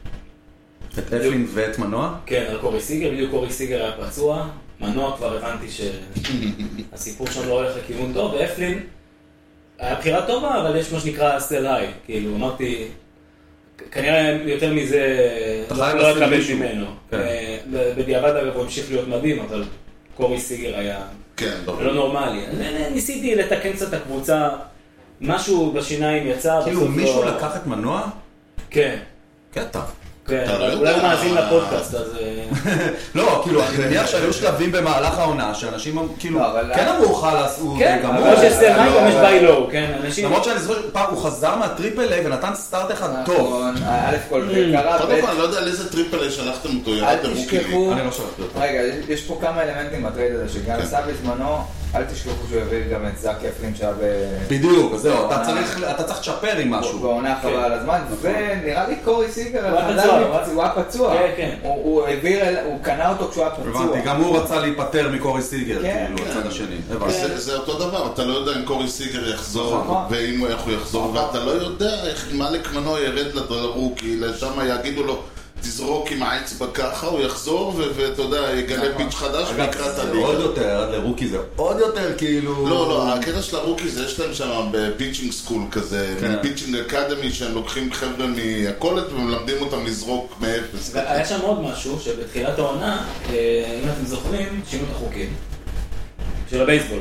את אפלין ואת מנוע? כן, על קורי סיגר, בדיוק קורי סיגר היה פצוע. מנוע כבר הבנתי שהסיפור שם לא הולך לכיוון טוב, ואפלין היה בחירה טובה, אבל יש מה שנקרא סל היי, כאילו אמרתי, כנראה יותר מזה לא אקבל ממנו. בדיעבד אגב הוא המשיך להיות מדהים, אבל קורי סיגר היה לא נורמלי. ניסיתי לתקן קצת את הקבוצה, משהו בשיניים יצא. כאילו מישהו לקח את מנוע? כן. קטע. אולי הוא מאזין לפודקאסט, אז... לא, כאילו, אני מניח שהיו שלבים במהלך העונה, שאנשים כאילו, כן אמרו חלאס, הוא גמור. אבל שזה מה גם יש ביי לואו, כן? למרות שאני זוכר, פעם הוא חזר מהטריפל איי ונתן סטארט אחד טוב. א' כל קרה... קודם כל, אני לא יודע על איזה טריפל איי שלחתם אותו, ירדתם רוקי. אני לא שלחתי אותו. רגע, יש פה כמה אלמנטים בטרייד הזה, שגם סע בזמנו, אל תשכחו שהוא יביא גם את זאק אפלין שהיה בדיוק, זהו, אתה צריך לשפר עם משהו. בעונה חבל על הזמן, ונראה לי קורי סיגר, הוא היה פצוע, הוא קנה אותו כשהוא היה פצוע. הבנתי, גם הוא רצה להיפטר מקורי סיגר, כאילו, הצד השני. זה אותו דבר, אתה לא יודע אם קורי סיגר יחזור, ואם איך הוא יחזור, ואתה לא יודע מה לקמנו ירד לרוקי, לשם יגידו לו, תזרוק עם האצבע ככה, הוא יחזור, ואתה יודע, יגלה פיץ' חדש ויקרא את הליגה. עוד יותר, לרוקי זה עוד יותר כאילו... לא, הקטע של הרוקי זה, יש להם שם בפיצ'ינג סקול כזה, פיצ'ינג אקדמי, שהם לוקחים חבר'ה מהקולט ומלמדים אותם לזרוק מאפס. היה שם עוד משהו, שבתחילת העונה, אם אתם זוכרים, שינו את החוקים של הבייסבול,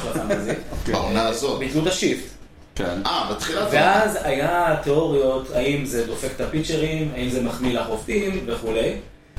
בעונה הזאת. ביטלו את השיפט. בתחילת ואז היה תיאוריות, האם זה דופק את הפיצ'רים, האם זה מחמיא לחובטים וכולי.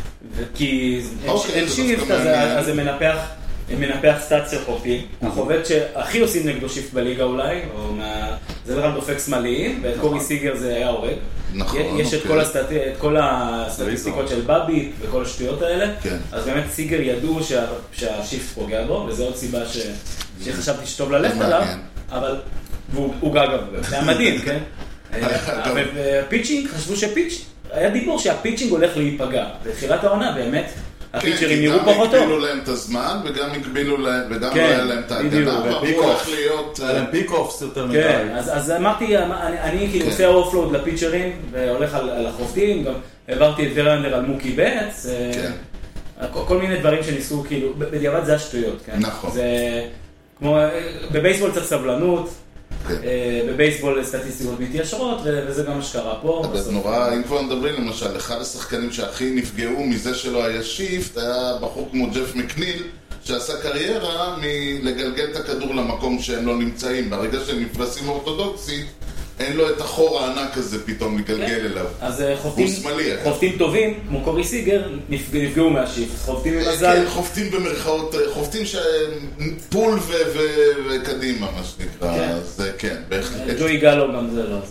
כי אין שיפט, אז זה מנפח סטאצ של חובטים. החובט שהכי עושים נגדו שיפט בליגה אולי, זה גם דופק שמאליים, ואת קורי סיגר זה היה הורג. יש את כל הסטטיסטיקות של בביט וכל השטויות האלה. אז באמת סיגר ידעו שהשיפט פוגע בו, וזו עוד סיבה שחשבתי שטוב ללכת עליו, אבל... והוא גג גם, זה היה מדהים, כן? אבל פיצ'ינג, חשבו שפיץ', היה דיבור שהפיצ'ינג הולך להיפגע. בתחילת העונה, באמת, הפיצ'רים נראו פחות טוב. גם הגבילו להם את הזמן, וגם הגבילו להם, וגם לא היה להם את ההגנה, והוא הולך להיות... היה להם פיק-אופס יותר מדי. כן, אז אמרתי, אני כאילו עושה אופלוד לפיצ'רים, והולך על החובטים, גם העברתי את ורלנדר על מוקי בץ, כל מיני דברים שניסו, כאילו, בדיעבד זה השטויות, כן? נכון. זה כמו, בבייסבול צריך סבלנות, בבייסבול סטטיסטיקות מתיישרות, וזה גם מה שקרה פה. אבל נורא, אם כבר מדברים למשל, אחד השחקנים שהכי נפגעו מזה שלא היה שיפט, היה בחור כמו ג'ף מקניל, שעשה קריירה מלגלגל את הכדור למקום שהם לא נמצאים. ברגע שהם נפרסים אורתודוקסית, אין לו את החור הענק הזה פתאום לגלגל אליו. אז חובטים טובים, כמו קורי סיגר, נפגעו מהשיפט. חובטים במזל. כן, חובטים במרכאות, חובטים שפול וקדימה, מה שנקרא. אז כן, בהחלט. ג'וי גלו גם זה לא.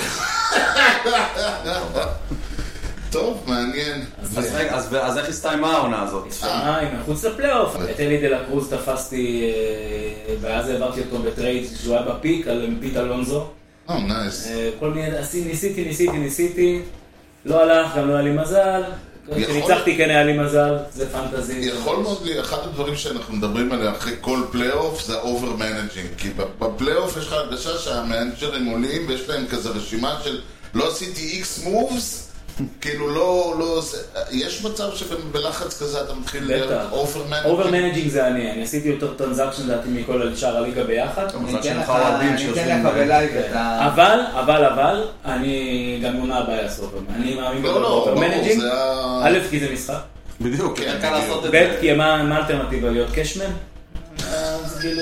טוב, מעניין. אז איך הסתיימה העונה הזאת? הסתיימה עם מחוץ לפלייאוף. את אלי דה לקרוז תפסתי, ואז העברתי אותו בטרייד כשהוא היה בפיק על פיט אלונזו. נייס. כל מיני, ניסיתי, לא הלך, גם לא היה לי מזל. כשניצחתי כן היה לי מזל, זה פנטזי. יכול מאוד לי, אחד הדברים שאנחנו מדברים עליהם אחרי כל פלייאוף זה אובר מנג'ינג, כי בפלייאוף יש לך הרגשה שהמנג'רים עולים ויש להם כזה רשימה של לא עשיתי X moves, כאילו לא, יש מצב שבלחץ כזה אתה מתחיל להיות אובר מנג'ינג. אובר מנג'ינג זה אני עשיתי יותר טרנזקשן דעתי מכל שאר הליגה ביחד. אני אתן לך בלייב את ה... אבל, אני גם מונה הבעיה לעשות אותו. אני מאמין באובר מנג'ינג. א', כי זה משחק. בדיוק, קל לעשות את זה. ב', כי מה האלטרנטיבה להיות קשמן? אז כאילו...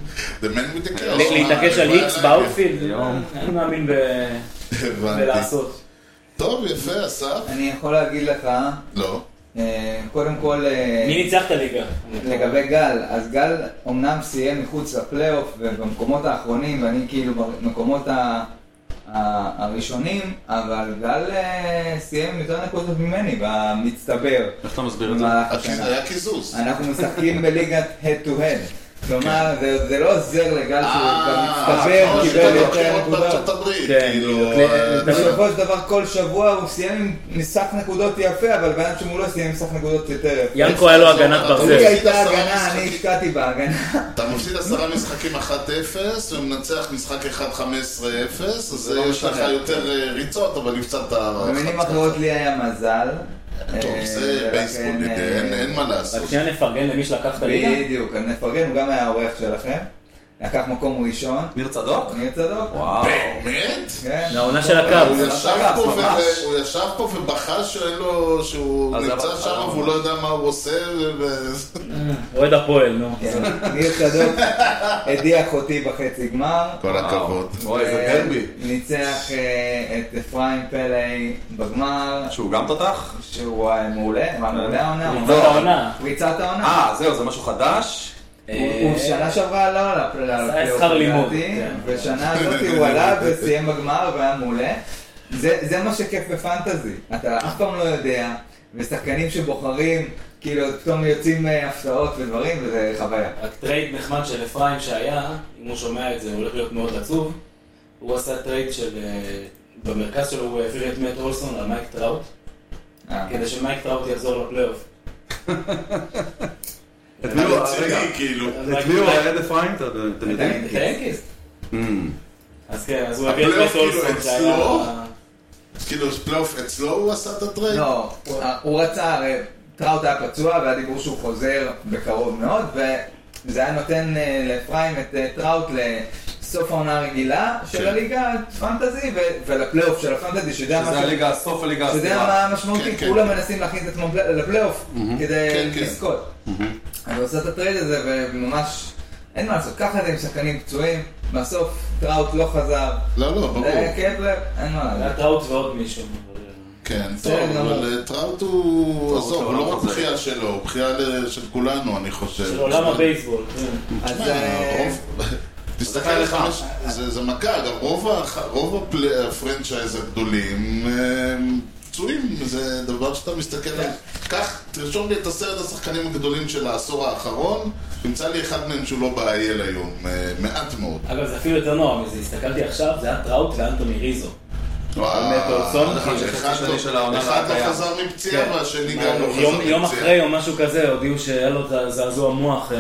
להתעקש על X באוטפילד. אני מאמין בלעשות. טוב, יפה, אסף. אני יכול להגיד לך... לא. קודם כל... מי ניצח את הליגה? לגבי גל, אז גל אומנם סיים מחוץ לפלייאוף ובמקומות האחרונים, ואני כאילו במקומות הראשונים, אבל גל סיים יותר נקודות ממני במצטבר. איך אתה מסביר את זה? זה היה קיזוז. אנחנו משחקים בליגת head to head. כלומר, זה לא עוזר לגל שהוא גם מצטבר, קיבל יותר נקודות. בסופו של דבר כל שבוע הוא סיים עם משחק נקודות יפה, אבל בעצם שמולו סיים עם משחק נקודות יותר יפה. ינקו היה לו הגנת ברזל. לי הייתה הגנה, אני השקעתי בהגנה. אתה מפסיד 10 משחקים 1-0 ומנצח משחק 1-15-0, אז יש לך יותר ריצות, אבל הפסדת... במילים אחרות לי היה מזל. טוב, זה בייסבול, אין מה לעשות. רק שנייה נפרגן למי שלקח את הליגה? בדיוק, נפרגן, הוא גם היה האורח שלכם. לקח מקום ראשון. ניר צדוק? ניר צדוק. וואו. באמת? כן. העונה של הקאפ. הוא ישב פה ובכה שהוא נמצא שם והוא לא יודע מה הוא עושה. אוהד הפועל, נו. ניר צדוק הדיח אותי בחצי גמר. כל הכבוד. אוי, זה דרבי. ניצח את אפרים פלאי בגמר. שהוא גם תותח? שהוא מעולה. מעולה העונה. פריצת העונה. זהו, זה משהו חדש? הוא שנה שעברה לא עלה זה שכר לימוד. ושנה הזאת הוא עלה וסיים בגמר והיה מעולה. זה מה שכיף בפנטזי. אתה אף פעם לא יודע, ושחקנים שבוחרים, כאילו פתאום יוצאים הפתעות ודברים, וזה חוויה. רק טרייד נחמד של אפרים שהיה, אם הוא שומע את זה, הוא הולך להיות מאוד עצוב. הוא עשה טרייד של... במרכז שלו הוא העביר את מאט אולסון על מייק טראוט, כדי שמייק טראוט יחזור לפלייאוף. את מי הוא היה אפרים? אתם יודעים? את היאנקיז. אז כן, אז הוא הביא את מאט אולסון שהיה... כאילו פלייאוף אצלו הוא עשה את הטרייד? לא, הוא רצה, הרי טראוט היה פצוע והיה דיבור שהוא חוזר בקרוב מאוד, וזה היה נותן לאפרים את טראוט לסוף העונה הרגילה של הליגה פנטזי ולפלייאוף של הפנטזי, שזה סוף הליגה שזה מה המשמעותי, כולם מנסים להכניס את עצמם לפלייאוף כדי לזכות. אז הוא עושה את הטרייד הזה וממש אין מה לעשות, ככה זה עם שחקנים פצועים, בסוף טראוט לא חזר. לא, ברור. קפלר, אין מה לעשות. היה טראוט ועוד מישהו. כן, טוב, אבל טראוט הוא, עזוב, הוא לא רק בחייה שלו, הוא בחייה של כולנו, אני חושב. של עולם הבייסבול. תסתכל לך, זה מכה, אגב, רוב הפרנצ'ייז הגדולים פצועים, זה דבר שאתה מסתכל על... כך, תרשום לי את 10 השחקנים הגדולים של העשור האחרון, תמצא לי אחד מהם שהוא לא בעייל היום, מעט מאוד. אגב, זה אפילו יותר נורא מזה, הסתכלתי עכשיו, זה היה טראוט ואנטוני ריזו. אחד לא חזר מפציעה והשני גם לא חזר מפציעה. יום אחרי או משהו כזה הודיעו שהיה לו זעזוע מוח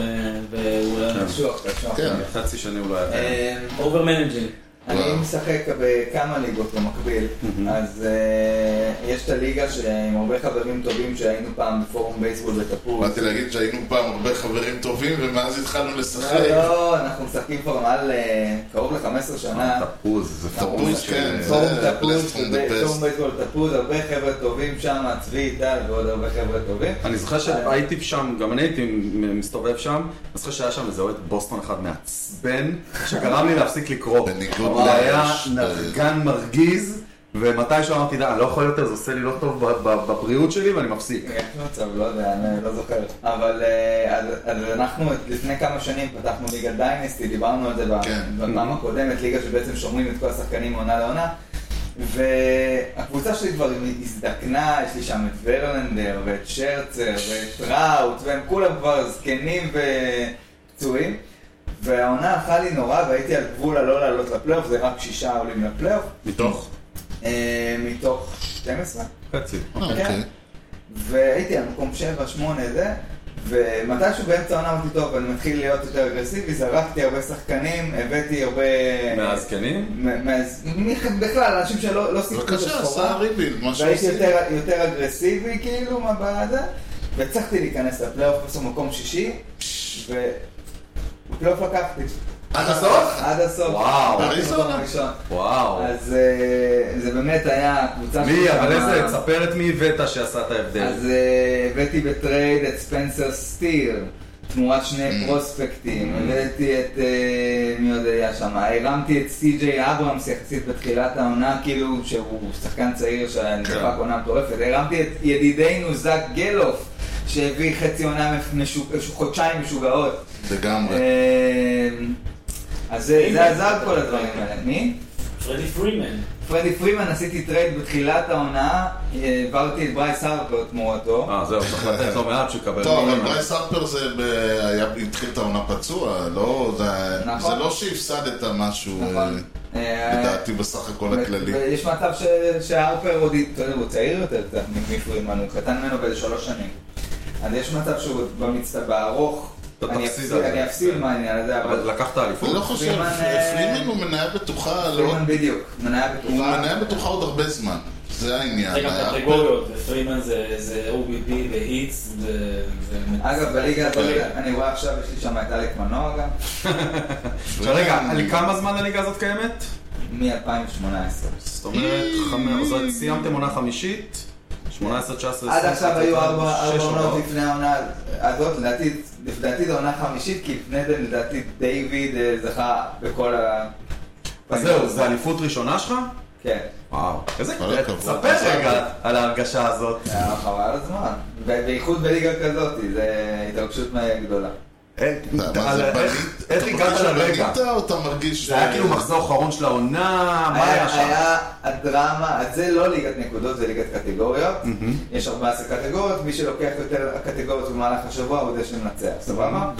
חצי שני אולי. אובר מנג'ינג. אני משחק בכמה ליגות במקביל, אז יש את הליגה עם הרבה חברים טובים שהיינו פעם בפורום בייסבול בתפוז. באתי להגיד שהיינו פעם הרבה חברים טובים ומאז התחלנו לשחק. לא, אנחנו משחקים כבר מעל קרוב ל-15 שנה. תפוז, זה תפוז, כן. פורום תפוז, פורום בייסבול תפוז, הרבה חבר'ה טובים שם, צבי טל ועוד הרבה חבר'ה טובים. אני זוכר שהייתי שם, גם אני הייתי מסתובב שם, אני זוכר שהיה שם איזה אוהד בוסטון אחד מעצבן, שגרם לי להפסיק לקרוא. זה היה נרגן מרגיז, ומתישהו אמרתי, אני לא יכול יותר, זה עושה לי לא טוב בבריאות שלי, ואני מפסיק. יש מצב, לא יודע, אני לא זוכר. אבל אנחנו לפני כמה שנים פתחנו ליגה דיינסטי, דיברנו על זה בפעם הקודמת, ליגה שבעצם שומרים את כל השחקנים מעונה לעונה, והקבוצה שלי כבר הזדקנה, יש לי שם את ורלנדר, ואת שרצר, ואת טראוט, והם כולם כבר זקנים ופצועים. והעונה הפכה לי נורא והייתי על גבול הלא לעלות לפלייאוף, זה רק 6 עולים לפלייאוף. מתוך? מתוך 12. חצי. אוקיי. והייתי על מקום 7-8 זה, ומתישהו באמצע העונה אמרתי טוב, אני מתחיל להיות יותר אגרסיבי, זרקתי הרבה שחקנים, הבאתי הרבה... מהזקנים? בכלל, אנשים שלא סיפקו את הסחורה. בבקשה, עשה ריבילד, מה והייתי שעושים. יותר אגרסיבי כאילו, מה בזה, והצלחתי להיכנס לפלייאוף בסוף מקום 6, ובפלייאוף לקחתי. עד הסוף? עד הסוף. וואו. אריזונה? וואו. אז זה באמת היה קבוצה... מי, אבל איזה, תספר את מי הבאת שעשה את ההבדל. אז הבאתי בטרייד את ספנסר סטיר, תמורת 2 פרוספקטים, הבאתי את... מי עוד היה שם? הרמתי את סי.ג'יי אברמס יחסית בתחילת העונה, כאילו שהוא שחקן צעיר שנדפק עונה מטורפת. הרמתי את ידידנו זק גלוף, שהביא חצי עונה חודשיים משוגעות. לגמרי. אז זה עזר כל הדברים האלה. מי? פרדי פרימן, עשיתי טרייד בתחילת העונה, העברתי את ברייס הרפר תמורתו. זהו, צריך לתת לו מעט שקבל. טוב, אבל ברייס הרפר זה התחיל את העונה פצוע, זה לא שהפסדת משהו, לדעתי בסך הכל הכללי. ויש מצב שהרפר הוא צעיר יותר קצת מפרימן, הוא קטן ממנו באיזה 3 שנים. אז יש מצב שהוא בארוך, אני אפסיד מהעניין הזה, אבל לקחת אליפות. אני לא חושב, פרימן הוא מניה בטוחה, פרימן בדיוק, מניה בטוחה. הוא מניה בטוחה עוד הרבה זמן, זה העניין. זה גם קטגוריות, ופרימן זה OBP והיטס, אגב, בליגה, אני רואה עכשיו, יש לי שם את אלק מנוע גם. רגע, כמה זמן הליגה הזאת קיימת? מ-2018. זאת אומרת, סיימתם עונה חמישית? 18, 19, עד עכשיו היו 4 עונות לפני העונה הזאת, לדעתי זו עונה חמישית, כי לפני זה לדעתי דיוויד זכה בכל ה... אז זהו, זה אליפות ראשונה שלך? כן. וואו, איזה כבוד. ספר רגע על ההרגשה הזאת. חבל הזמן, בייחוד בליגה כזאת, זה התרגשות גדולה. איך הגעת לרגע? אתה מרגיש... זה היה כאילו מחזור אחרון של העונה, מה היה שם? היה הדרמה, זה לא ליגת נקודות, זה ליגת קטגוריות. יש 14 קטגוריות, מי שלוקח יותר הקטגוריות במהלך השבוע הוא זה שמנצח, סבבה?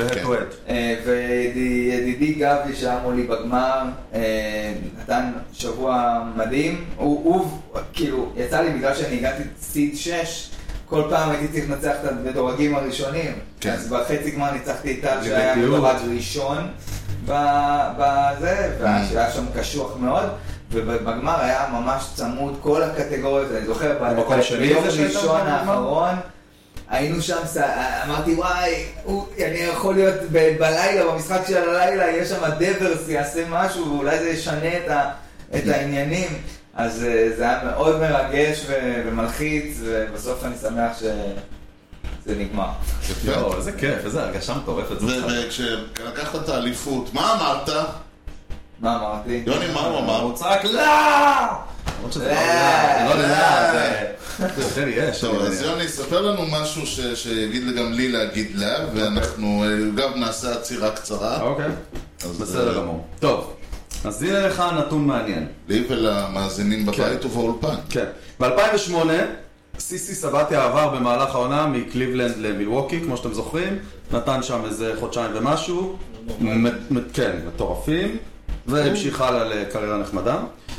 וידידי גבי שהיה מולי בגמר, נתן שבוע מדהים. הוא כאילו, יצא לי בגלל שאני הגעתי סיד 6, כל פעם הייתי צריך לנצח את הדורגים הראשונים. אז בחצי גמר ניצחתי איטל שהיה מדורג ראשון בזה, והיה שם קשוח מאוד, ובגמר היה ממש צמוד כל הקטגוריות. אני זוכר, ביום ראשון האחרון היינו שם, אמרתי וואי, אני יכול להיות בלילה, במשחק של הלילה, יש שם דברס, יעשה משהו, ואולי זה ישנה את העניינים. אז זה היה מאוד מרגש ומלחיץ, ובסוף אני שמח שזה נגמר. איזה כיף, איזה הרגשה מטורפת. וכשלקחת את האליפות, מה אמרת? מה אמרתי? יוני, מה הוא אמר? הוא צעק לא! למרות שזה לא זה יותר יש. טוב, אז יוני, ספר לנו משהו שיגיד גם לי להגיד לה, ואנחנו גם נעשה עצירה קצרה. אוקיי, בסדר גמור. טוב. אז הנה לך נתון מעניין. לי ולמאזינים בבית ובאולפן. כן. ב-2008, סיסי סבתיה עבר במהלך העונה מקליבלנד למילווקי, כמו שאתם זוכרים. נתן שם איזה חודשיים ומשהו. כן, מטורפים. והמשיך הלאה לקריירה נחמדה.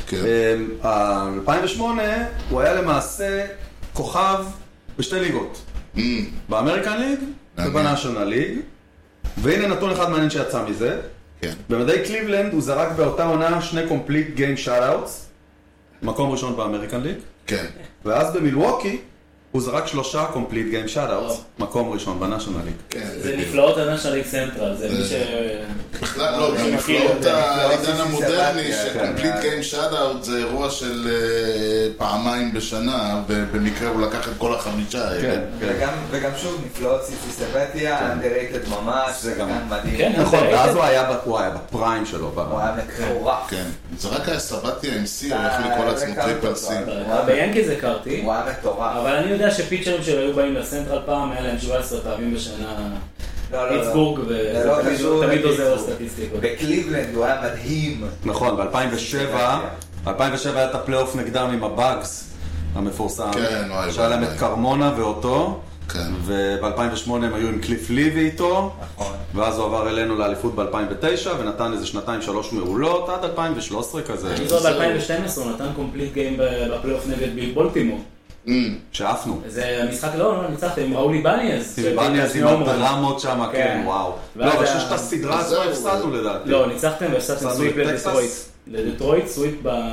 ב-2008 הוא היה למעשה כוכב בשתי ליגות. באמריקן ליג ובנאשונל ליג. והנה נתון אחד מעניין שיצא מזה. במדי קליבלנד הוא זרק באותה עונה 2 complete game shutouts, מקום ראשון באמריקן ליג. כן. ואז במילווקי הוא זרק 3 complete game shutouts, מקום ראשון בנאשונל ליג. זה נפלאות הנאשונל ליג סנטרל, זה מי ש... בכלל לא, זה נפלאות העידן המודרני, ש-complete game shoutout זה אירוע של פעמיים בשנה, ובמקרה הוא לקח את כל 5. וגם שוב נפלאות סיסי סבתיה, underrated ממש, זה גם מדהים. נכון, ואז הוא היה בפריים שלו. הוא היה מטורף. כן, זה רק היה סבתיה עם C, הוא הולך לקרוא לעצמו טריפל C. ביאנקיז הכרתי. הוא היה מטורף. אבל אני יודע שפיצ'רים שלו היו באים לסנטרל פעם, היה להם 17 פעמים בשנה פיטסבורג, וזה תמיד עוזר לסטטיסטיקות. בקליבלנד הוא היה מדהים. נכון, ב-2007 היה את הפלייאוף נגדם עם הבאגס המפורסם, שהיה להם את קרמונה ואותו, וב-2008 הם היו עם קליף ליבי איתו, ואז הוא עבר אלינו לאליפות ב-2009, ונתן איזה 2-3 מעולות, עד 2013 כזה. אני זו ב-2012, הוא נתן קומפליט גיים בפלייאוף נגד בולטימור. שאפנו. זה משחק, לא, ניצחתם עם ראולי בניאז. עם בניאז עם הדרמות שם, כן, וואו. לא, אבל שיש את הסדרה הזו הפסדנו לדעתי. לא, ניצחתם והפסדתם סוויפ לדטרויט. לדטרויט, סוויפ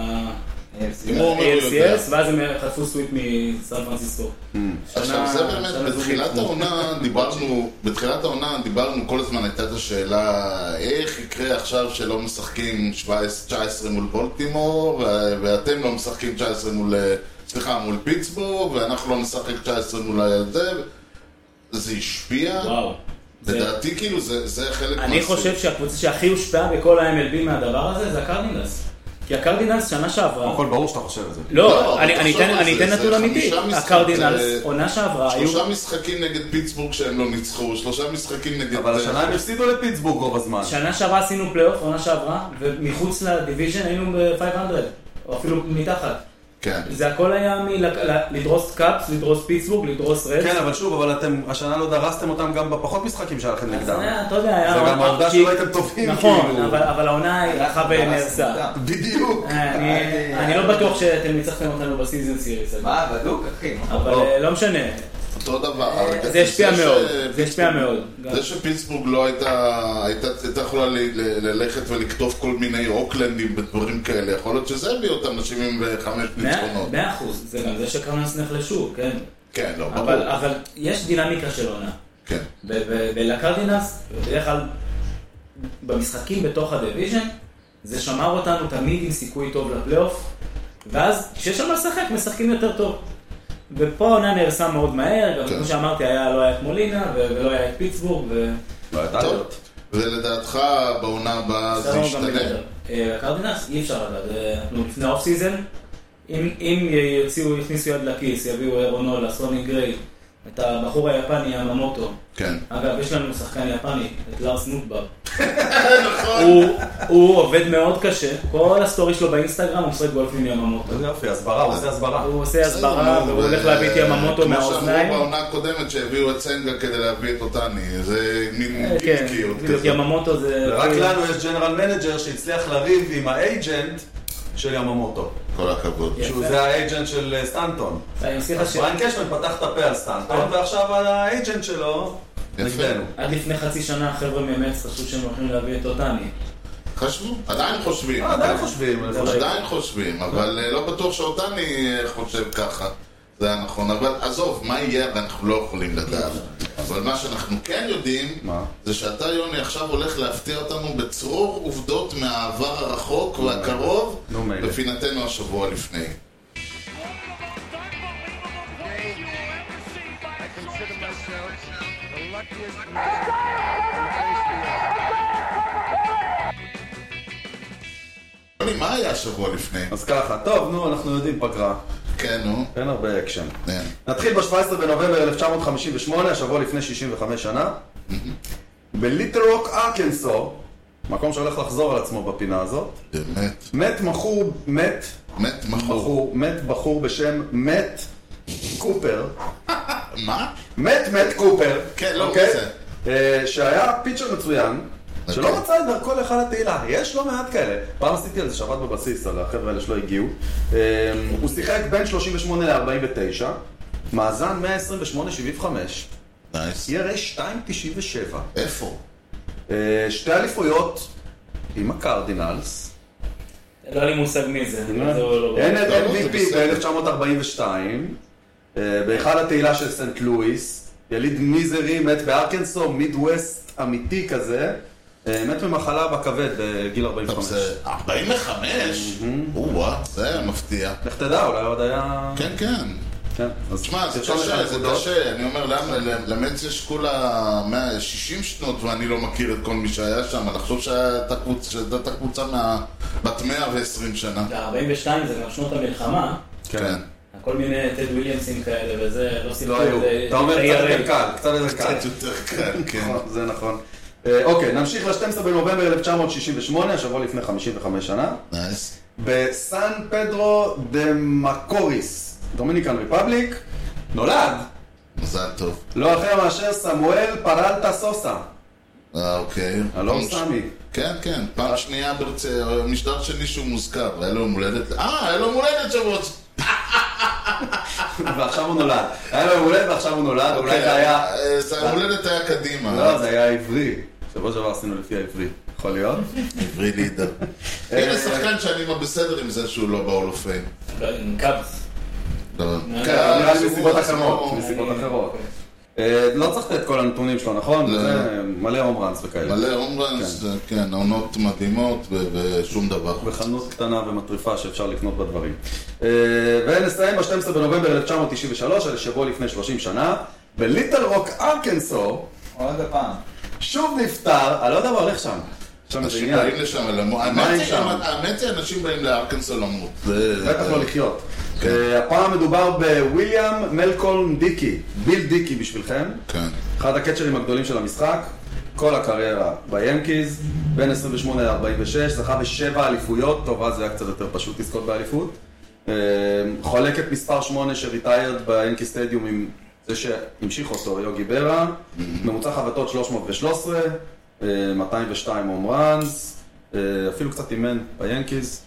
ב-ALCS, ואז הם חטפו סוויפ מסן פרנסיסקו. עכשיו זה באמת, בתחילת העונה דיברנו, כל הזמן הייתה את השאלה, איך יקרה עכשיו שלא משחקים 19 מול בולטימור, ואתם לא משחקים 19 מול פיטסבורג, ואנחנו לא נשחק 19 מול הילדה, זה השפיע? וואו. לדעתי כאילו זה חלק אני חושב שהקבוצה שהכי הושפעה בכל ה-MLB מהדבר הזה זה הקרדינלס. כי הקרדינלס שנה שעברה... הכל ברור שאתה חושב את זה. לא, אני אתן נתון אמיתי. הקרדינלס עונה שעברה... 3 משחקים נגד פיטסבורג שהם לא ניצחו, 3 משחקים נגד... אבל השנה הם הפסידו לפיטסבורג רוב הזמן. שנה שעברה עשינו פלייאוף, עונה שעברה, ומחוץ לדיוויז'ן היינו ב-500, או אפילו מתחת. כן. זה הכל היה לדרוס קאפס, לדרוס פיטסבורג, לדרוס רדס. כן, אבל שוב, אבל אתם השנה לא דרסתם אותם גם בפחות משחקים שלכם נגדם. אתה יודע, היה... זה גם העובדה שלא הייתם טובים. נכון, אבל העונה היא הלכה ונהרסה. בדיוק. אני לא בטוח שאתם ניצחתם אותנו בסיזן סיריס. מה, בדוק, אחי. אבל לא משנה. אותו דבר. זה השפיע מאוד, זה השפיע מאוד. זה שפיטסבורג לא הייתה יכולה ללכת ולכתוב כל מיני אוקלנדים בדברים כאלה, יכול להיות שזה הביא אותם ל-75 ניצחונות. 100%, זה גם זה שקרנס נחלשו, כן. כן, לא, ברור. אבל יש דינמיקה של עונה. כן. ולקרדינלס, בדרך כלל, במשחקים בתוך הדיוויז'ן, זה שמר אותנו תמיד עם סיכוי טוב לפלייאוף, ואז כשיש שם לשחק, משחקים יותר טוב. ופה העונה נהרסה מאוד מהר, גם כמו שאמרתי, לא היה את מולינה, ולא היה את פיטסבורג, לא הייתה להיות. ולדעתך בעונה הבאה זה ישתנה? הקרדינלס אי אפשר לדעת, אנחנו לפני אוף סיזן, אם יכניסו יד לכיס, יביאו אירונולה, סוני גריי, את הבחור היפני, יממוטו. כן. אגב, יש לנו שחקן יפני, את לארס נוטבר. נכון. הוא עובד מאוד קשה, כל הסטורי שלו באינסטגרם הוא עושה גולף עם יממוטו. זה יופי, הסברה, הוא עושה הסברה. הוא עושה הסברה, והוא הולך להביא את יממוטו מהאוזניים. כמו שאמרו בעונה הקודמת שהביאו את סנגה כדי להביא את אותני, זה מין גילקיות כזה. יממוטו זה... רק לנו יש ג'נרל מנג'ר שהצליח לריב עם האייג'נט של יממוטו. כל הכבוד. זה האייג'נט של סטנטון. בריין קשמן פתח את הפה על סטנטון, ועכשיו האייג'נט שלו נגדנו. עד לפני חצי שנה החבר'ה ממץ חשבו שהם הולכים להביא את אותני. חשבו? עדיין חושבים. עדיין חושבים, אבל לא בטוח שאותני חושב ככה. זה היה נכון, אבל עזוב, מה יהיה? אנחנו לא יכולים לדעת. אבל מה שאנחנו כן יודעים, זה שאתה, יוני, עכשיו הולך להפתיע אותנו בצרור עובדות מהעבר הרחוק והקרוב, בפינתנו השבוע לפני. יוני, מה היה השבוע לפני? אז ככה, טוב, נו, אנחנו יודעים פגרה. כן, נו. אין הרבה אקשן. נתחיל ב-17 בנובמבר 1958, השבוע לפני 65 שנה. בליטל רוק, ארקנסו, מקום שהולך לחזור על עצמו בפינה הזאת. באמת. מת בחור בשם מת קופר. מה? מת קופר. כן, לא כזה. שהיה פיצ'ר מצוין. שלא מצא את דרכו לאחד התהילה, יש לא מעט כאלה. פעם עשיתי על זה שבת בבסיס, על החבר'ה האלה שלא הגיעו. הוא שיחק בין 38 ל-49, מאזן 128-75. נייס. ERA 2.97. איפה? שתי אליפויות עם הקרדינלס. לא לי מושג מי זה. MVP ב-1942, באחד התהילה של סנט לואיס, יליד מיזרי, מת בארקנסו, מידווסט אמיתי כזה. מת ממחלה בכבד בגיל 45. 45? וואה, זה מפתיע. איך תדע, אולי עוד היה... כן. תשמע, זה קשה. אני אומר, למץ יש כולה 160 שנות ואני לא מכיר את כל מי שהיה שם. אני חושב שהייתה קבוצה בת 120 שנה. 42 זה גם שנות המלחמה. כן. כל מיני טד וויליאמסים כאלה, וזה לא סיפור. אתה אומר קצת יותר קל, כן. זה נכון. אוקיי, נמשיך ל-12 בנובמבר 1968, השבוע לפני 55 שנה. נייס. בסן פדרו דה מקוריס, דומיניקן ריפבליק, נולד. מזל טוב. לא אחר מאשר סמואל פרלטה סוסה. אוקיי. אלון סמי. כן, כן, פעם שנייה משדר שני שהוא מוזכר, היה לו מולדת, היה לו מולדת שבוע. ועכשיו הוא נולד. היה לו מולדת ועכשיו הוא נולד, אולי זה היה... המולדת היה קדימה. לא, זה היה עברי. שבוע שעבר עשינו לפי העברי. יכול להיות? עברי לידר. הנה שחקן שאני בסדר עם זה שהוא לא באולופיין. קאבס. נראה לי מסיבות אחרות. לא צריך את כל הנתונים שלו, נכון? זה מלא הומרנס וכאלה. מלא הומרנס, כן, עונות מדהימות ושום דבר. וחנות קטנה ומטריפה שאפשר לקנות בדברים. ונסיים ב-12 בנובמבר 1993, על שבוע לפני 30 שנה, בליטל רוק, ארקנסו, עוד הפעם. שוב נפטר, אני לא יודע מה הולך שם. אנשים באים לשם, האמת היא אנשים באים לארקנסו למות. בטח לא לחיות. הפעם מדובר בוויליאם מלקולם דיקי, ביל דיקי בשבילכם. כן. אחד הקצ'רים הגדולים של המשחק, כל הקריירה ביאנקיז, בין 28 ל-46, זכה ב7 אליפויות, טוב, אז זה היה קצת יותר פשוט לזכות באליפות. חולק את מספר 8 שריטיירד ביאנקי סטדיום עם זה שהמשיך אותו, יוגי ברה, ממוצע חבטות 313, 202 הום ראנס, אפילו קצת אימן ביאנקיז.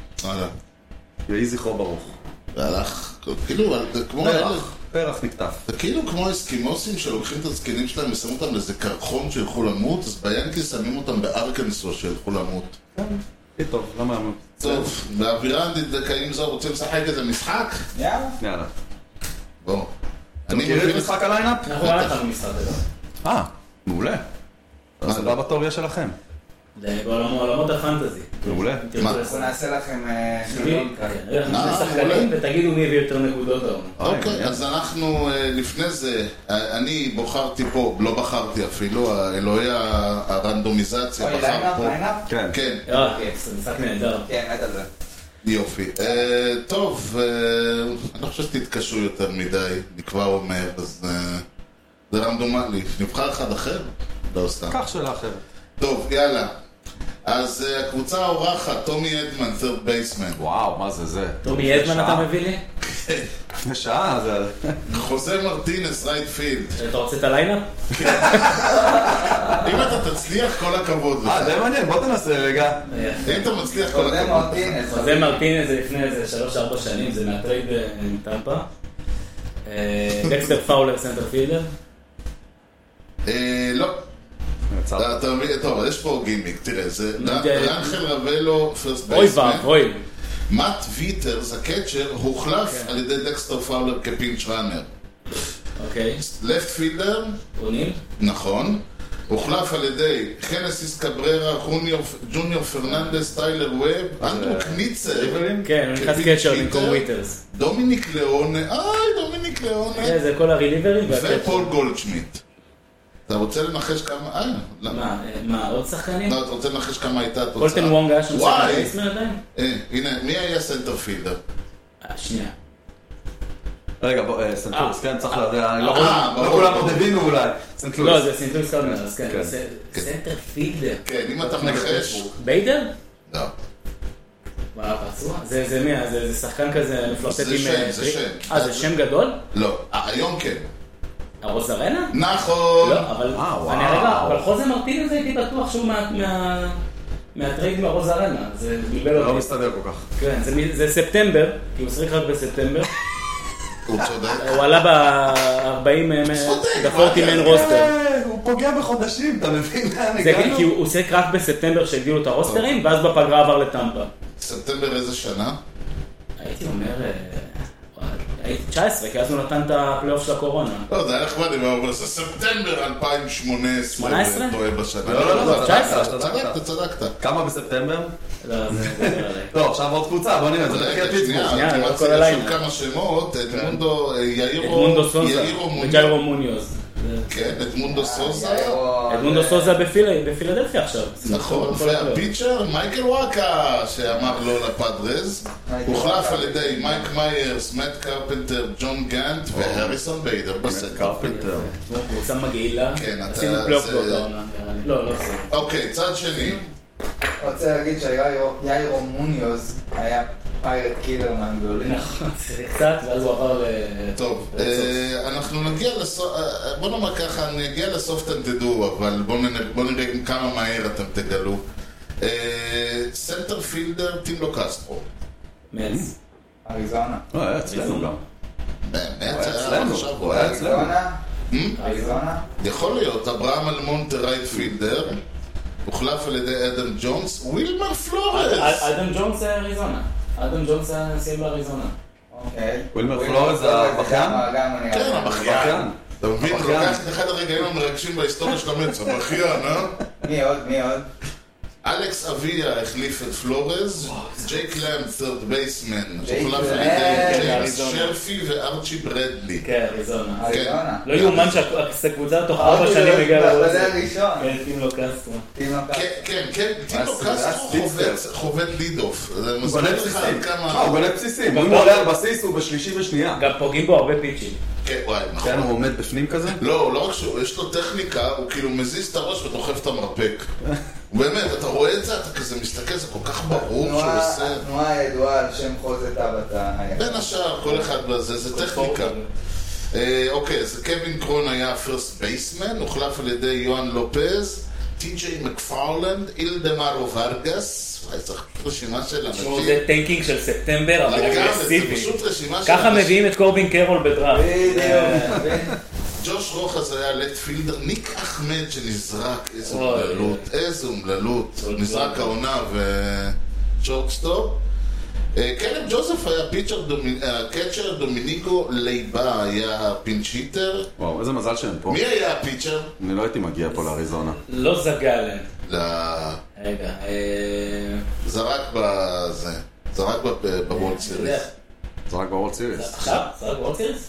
יהי זכרו ברוך. והלך, כאילו, זה כמו... פרח נקטף. זה כאילו כמו אסקימוסים שלוקחים את הזקנים שלהם ושמים אותם לאיזה קרחון שילכו למות, אז ביאנקיז שמים אותם בארקנסו שילכו למות. כן, טוב, למה אמרו? טוב, באווירה דקאים זו רוצים לשחק איזה משחק? יאללה. בוא. אתה מכיר את משחק הליינאפ? אנחנו לא התחלנו משחק הזה. מעולה. אז הבא בתור יש שלכם. בעולמות הפנטזי. מעולה. אנחנו נעשה לכם חילון כאלה. אנחנו שחקנים ותגידו מי הביא יותר נקודות היום. אוקיי, אז אנחנו לפני זה, אני בוחרתי פה, לא בחרתי אפילו, אלוהי הרנדומיזציה בחר פה. כן. כן. זה משחק נהדר. כן, מת על זה. יופי. טוב, אני לא חושב שתתקשו יותר מדי, אני כבר אומר, אז זה רנדומלי. נבחר אחד אחר? לא סתם. כך שאלה אחרת. טוב, יאללה. אז הקבוצה האורחת, טומי אדמן, third baseman. וואו, מה זה? טומי אדמן אתה מביא לי? לפני שעה זה... חוזה מרטינס, רייט פילד. אתה רוצה את הליינאפ? אם אתה תצליח, כל הכבוד. זה מעניין, בוא תנסה רגע. אם אתה מצליח, כל הכבוד. חוזה מרטינס זה לפני איזה 3-4 שנים, זה מהטרייד עם טמפה. דקסטר פאולר, סנטר פילדר? לא. טוב, יש פה גימיק, תראה, זה רנחל רבלו, פרסט בייסמן. מאט ויטרס, הקצ'ר, הוחלף על ידי דקסטר פאולר כפינץ' ראנר. אוקיי. לפט פילדר. אוניל? נכון. הוחלף על ידי חנסיס קבררה, ג'וניור פרננדס, טיילר ווב, אנדרו קניצר. כן, הוא נכנס קצ'ר במקום ויטרס. דומיניק ליאונה, דומיניק ליאונה. זה כל הריליברים. ופול גולדשמיט. אתה רוצה לנחש כמה... מה, עוד שחקנים? לא, אתה רוצה לנחש כמה הייתה התוצאה? קולטן וונג היה שם שחקן ביסמן עדיין? הנה, מי היה סנטר פילדר? שנייה. רגע, סנטרוס, כן, צריך לדעת, לא כולם עוד הבינו אולי. לא, זה סנטרוס קרנרס, כן. סנטר פילדר. כן, אם אתה מנחש... ביידר? לא. מה, פצוע? זה מי? זה שחקן כזה מפלוטט עם... זה שם. זה שם גדול? לא, היום כן. הרוזרנה? נכון. לא, אבל חוזה מרטינס הייתי בטוח שהוא מהטרייד עם הרוזרנה. זה בלבל אותי. לא מסתדר כל כך. כן, זה ספטמבר, כי הוא שריק רק בספטמבר. הוא צודק. הוא עלה ב-40 מן רוסטר. הוא פוגע בחודשים, אתה מבין? זה כי הוא שריק רק בספטמבר שהגדילו את הרוסטרים, ואז בפגרה עבר לטמפה. ספטמבר איזה שנה? הייתי אומר... הייתי 19, כי אז הוא נתן את הפלייאוף של הקורונה. לא, זה היה נחמד, זה ספטמבר 2018. 18? טועה בשנה. לא, 19. צדקת. כמה בספטמבר? לא, זה נראה לי. לא, עכשיו עוד קבוצה, בוא נראה, זה תחקיר פיצבורג. שנייה, לא כל יש הלילה. כמה שמות, אדמונדו סוזה וג'יירו מוניוז. כן, אדמונדו סוזה. אדמונדו סוזה בפילדלפיה עכשיו. נכון, והפיצ'ר מייקל וואקה שאמר לא לפאדרז, הוחלף על ידי מייק מיירס, מאט קרפנטר, ג'ון גאנט והריסון ביידר בסדר. קרפנטר. קבוצה מגעילה. כן, עשינו פלייאוף בעונה. לא זה. אוקיי, צד שני. רוצה להגיד שיאירו מוניוז היה פיירט קילר מהגדולים. נכון, קצת, ואז הוא עבר טוב, אנחנו נגיע לסוף, בוא נאמר ככה, נגיע לסוף אתם תדעו, אבל בוא נראה כמה מהר אתם תגלו. סנטר פילדר, טימלו קסטרו. מאז. אריזונה. היה אצלנו גם. באמת, הוא היה אצלנו. אריזונה? יכול להיות, אברהם אלמונטה רייט פילדר, הוחלף על ידי אדם ג'ונס, ווילמר פלורס. אדם ג'ונס זה אריזונה. אדם ג'ונס סיים באריזונה. אוקיי. ווילמר פלורס זה הבכיין? כן, הבכיין. אתה מבין, אתה לוקח את אחד הרגעים המרגשים בהיסטוריה של המץ, הבכיין, מי עוד? אלכס אביה החליף את פלורז, ג'ייק להם, third baseman, הוחלף על ידי ג'יימס שרפי וארצ'י ברדלי. כן, אריזונה. אריזונה. לא יאומן שהקבוצה תוך 4 שנים הגיעה לזה. זה הראשון. כן, טימלו קסטרו. כן, טימלו קסטרו חובט ליד-אוף. הוא בונה בסיסים. אם הוא עולה על בסיס הוא בשלישי ושנייה. גם פוגעים בו הרבה פיצ'ים. כן, וואי, נכון. כן, הוא עומד בפנים כזה? לא רק שהוא, יש לו טכניקה, הוא כאילו מזיז את הראש ודוחף את המרפק. באמת, אתה רואה את זה, אתה כזה מסתכל, זה כל כך ברור שהוא עושה... התנועה הידועה על שם חוזת אבטה. בין השאר, כל אחד בזה, זה טכניקה. אוקיי, אז קווין קרון היה פרסט בייסמן, הוחלף על ידי יואן לופז, טי.ג'יי מקפרלנד, אילדמרו ורגס, צריך רשימה של אנשים. זה טנקינג של ספטמבר, אבל אגרסיבי. זה פשוט רשימה של ככה מביאים את קורבין קרול בדראפט. ג'וש רוחס היה לט פילדר, ניק אחמד שנזרק, איזו אומללות, נזרק העונה ושורטסטופ. קלב ג'וזף היה קצ'ר, דומיניקו לייבה היה פינצ'יטר. וואו, איזה מזל שהם פה. מי היה הפיצ'ר? אני לא הייתי מגיע פה לאריזונה. לא זגלן. רגע, זרק בזה, זרק בוולד סיריס. זרק בוולד סיריס. עכשיו? זרק בוולד סיריס?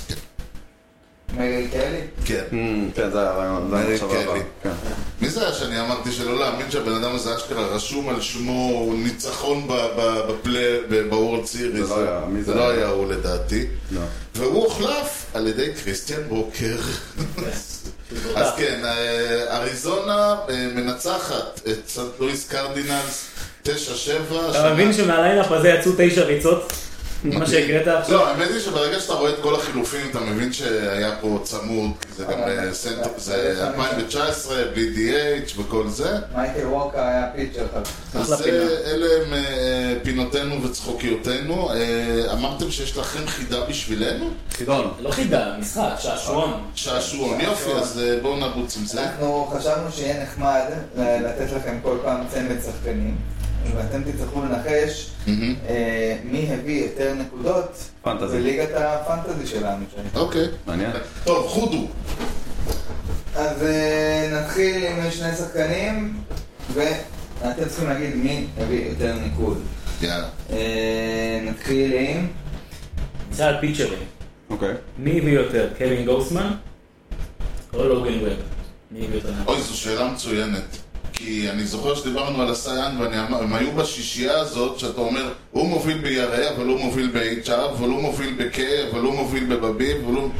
מריל קלי? כן. כן, זה היה רעיון. מריל קלי. מי זה היה שאני אמרתי שלא להאמין שהבן אדם הזה אשכרה רשום על שמו ניצחון בוולד סיריס? זה לא היה הוא לדעתי. והוא הוחלף על ידי קריסטיאן ברוקר. אז כן, אריזונה מנצחת את סנט לואיס קרדינלס 9-7. אתה מבין שמהליינאפ הזה יצאו 9 ריצות? מה שהקראת עכשיו? לא, האמת היא שברגע שאתה רואה את כל החילופים אתה מבין שהיה פה צמוד, זה גם זה 2019 בלי DH וכל זה. מייקל ווקר היה פיצ'ר. אז אלה הם פינותינו וצחוקיותינו. אמרתם שיש לכם חידה בשבילנו? חידון. לא חידה, משחק, שעשועון. שעשועון, יופי, אז בואו נרוץ עם זה. אנחנו חשבנו שיהיה נחמד לתת לכם כל פעם צמד שחקנים ואתם תצטרכו לנחש מי הביא יותר נקודות בליגת הפנטזי שלנו. אוקיי, מעניין. טוב, חודו. אז נתחיל עם 2 שחקנים ואתם צריכים להגיד מי הביא יותר ניקוד. יאללה. נתחיל עם... זה על פיצ'רים. אוקיי. מי הביא יותר? קווין גוסמן או לוגן ווב? מי הביא יותר? אוי, זו שאלה מצוינת. כי אני זוכר שדיברנו על הסייאן והם היו בשישייה הזאת שאתה אומר הוא מוביל ביראה אבל הוא מוביל ב-HR אבל הוא מוביל ב-K אבל הוא מוביל בבביב אבל הוא...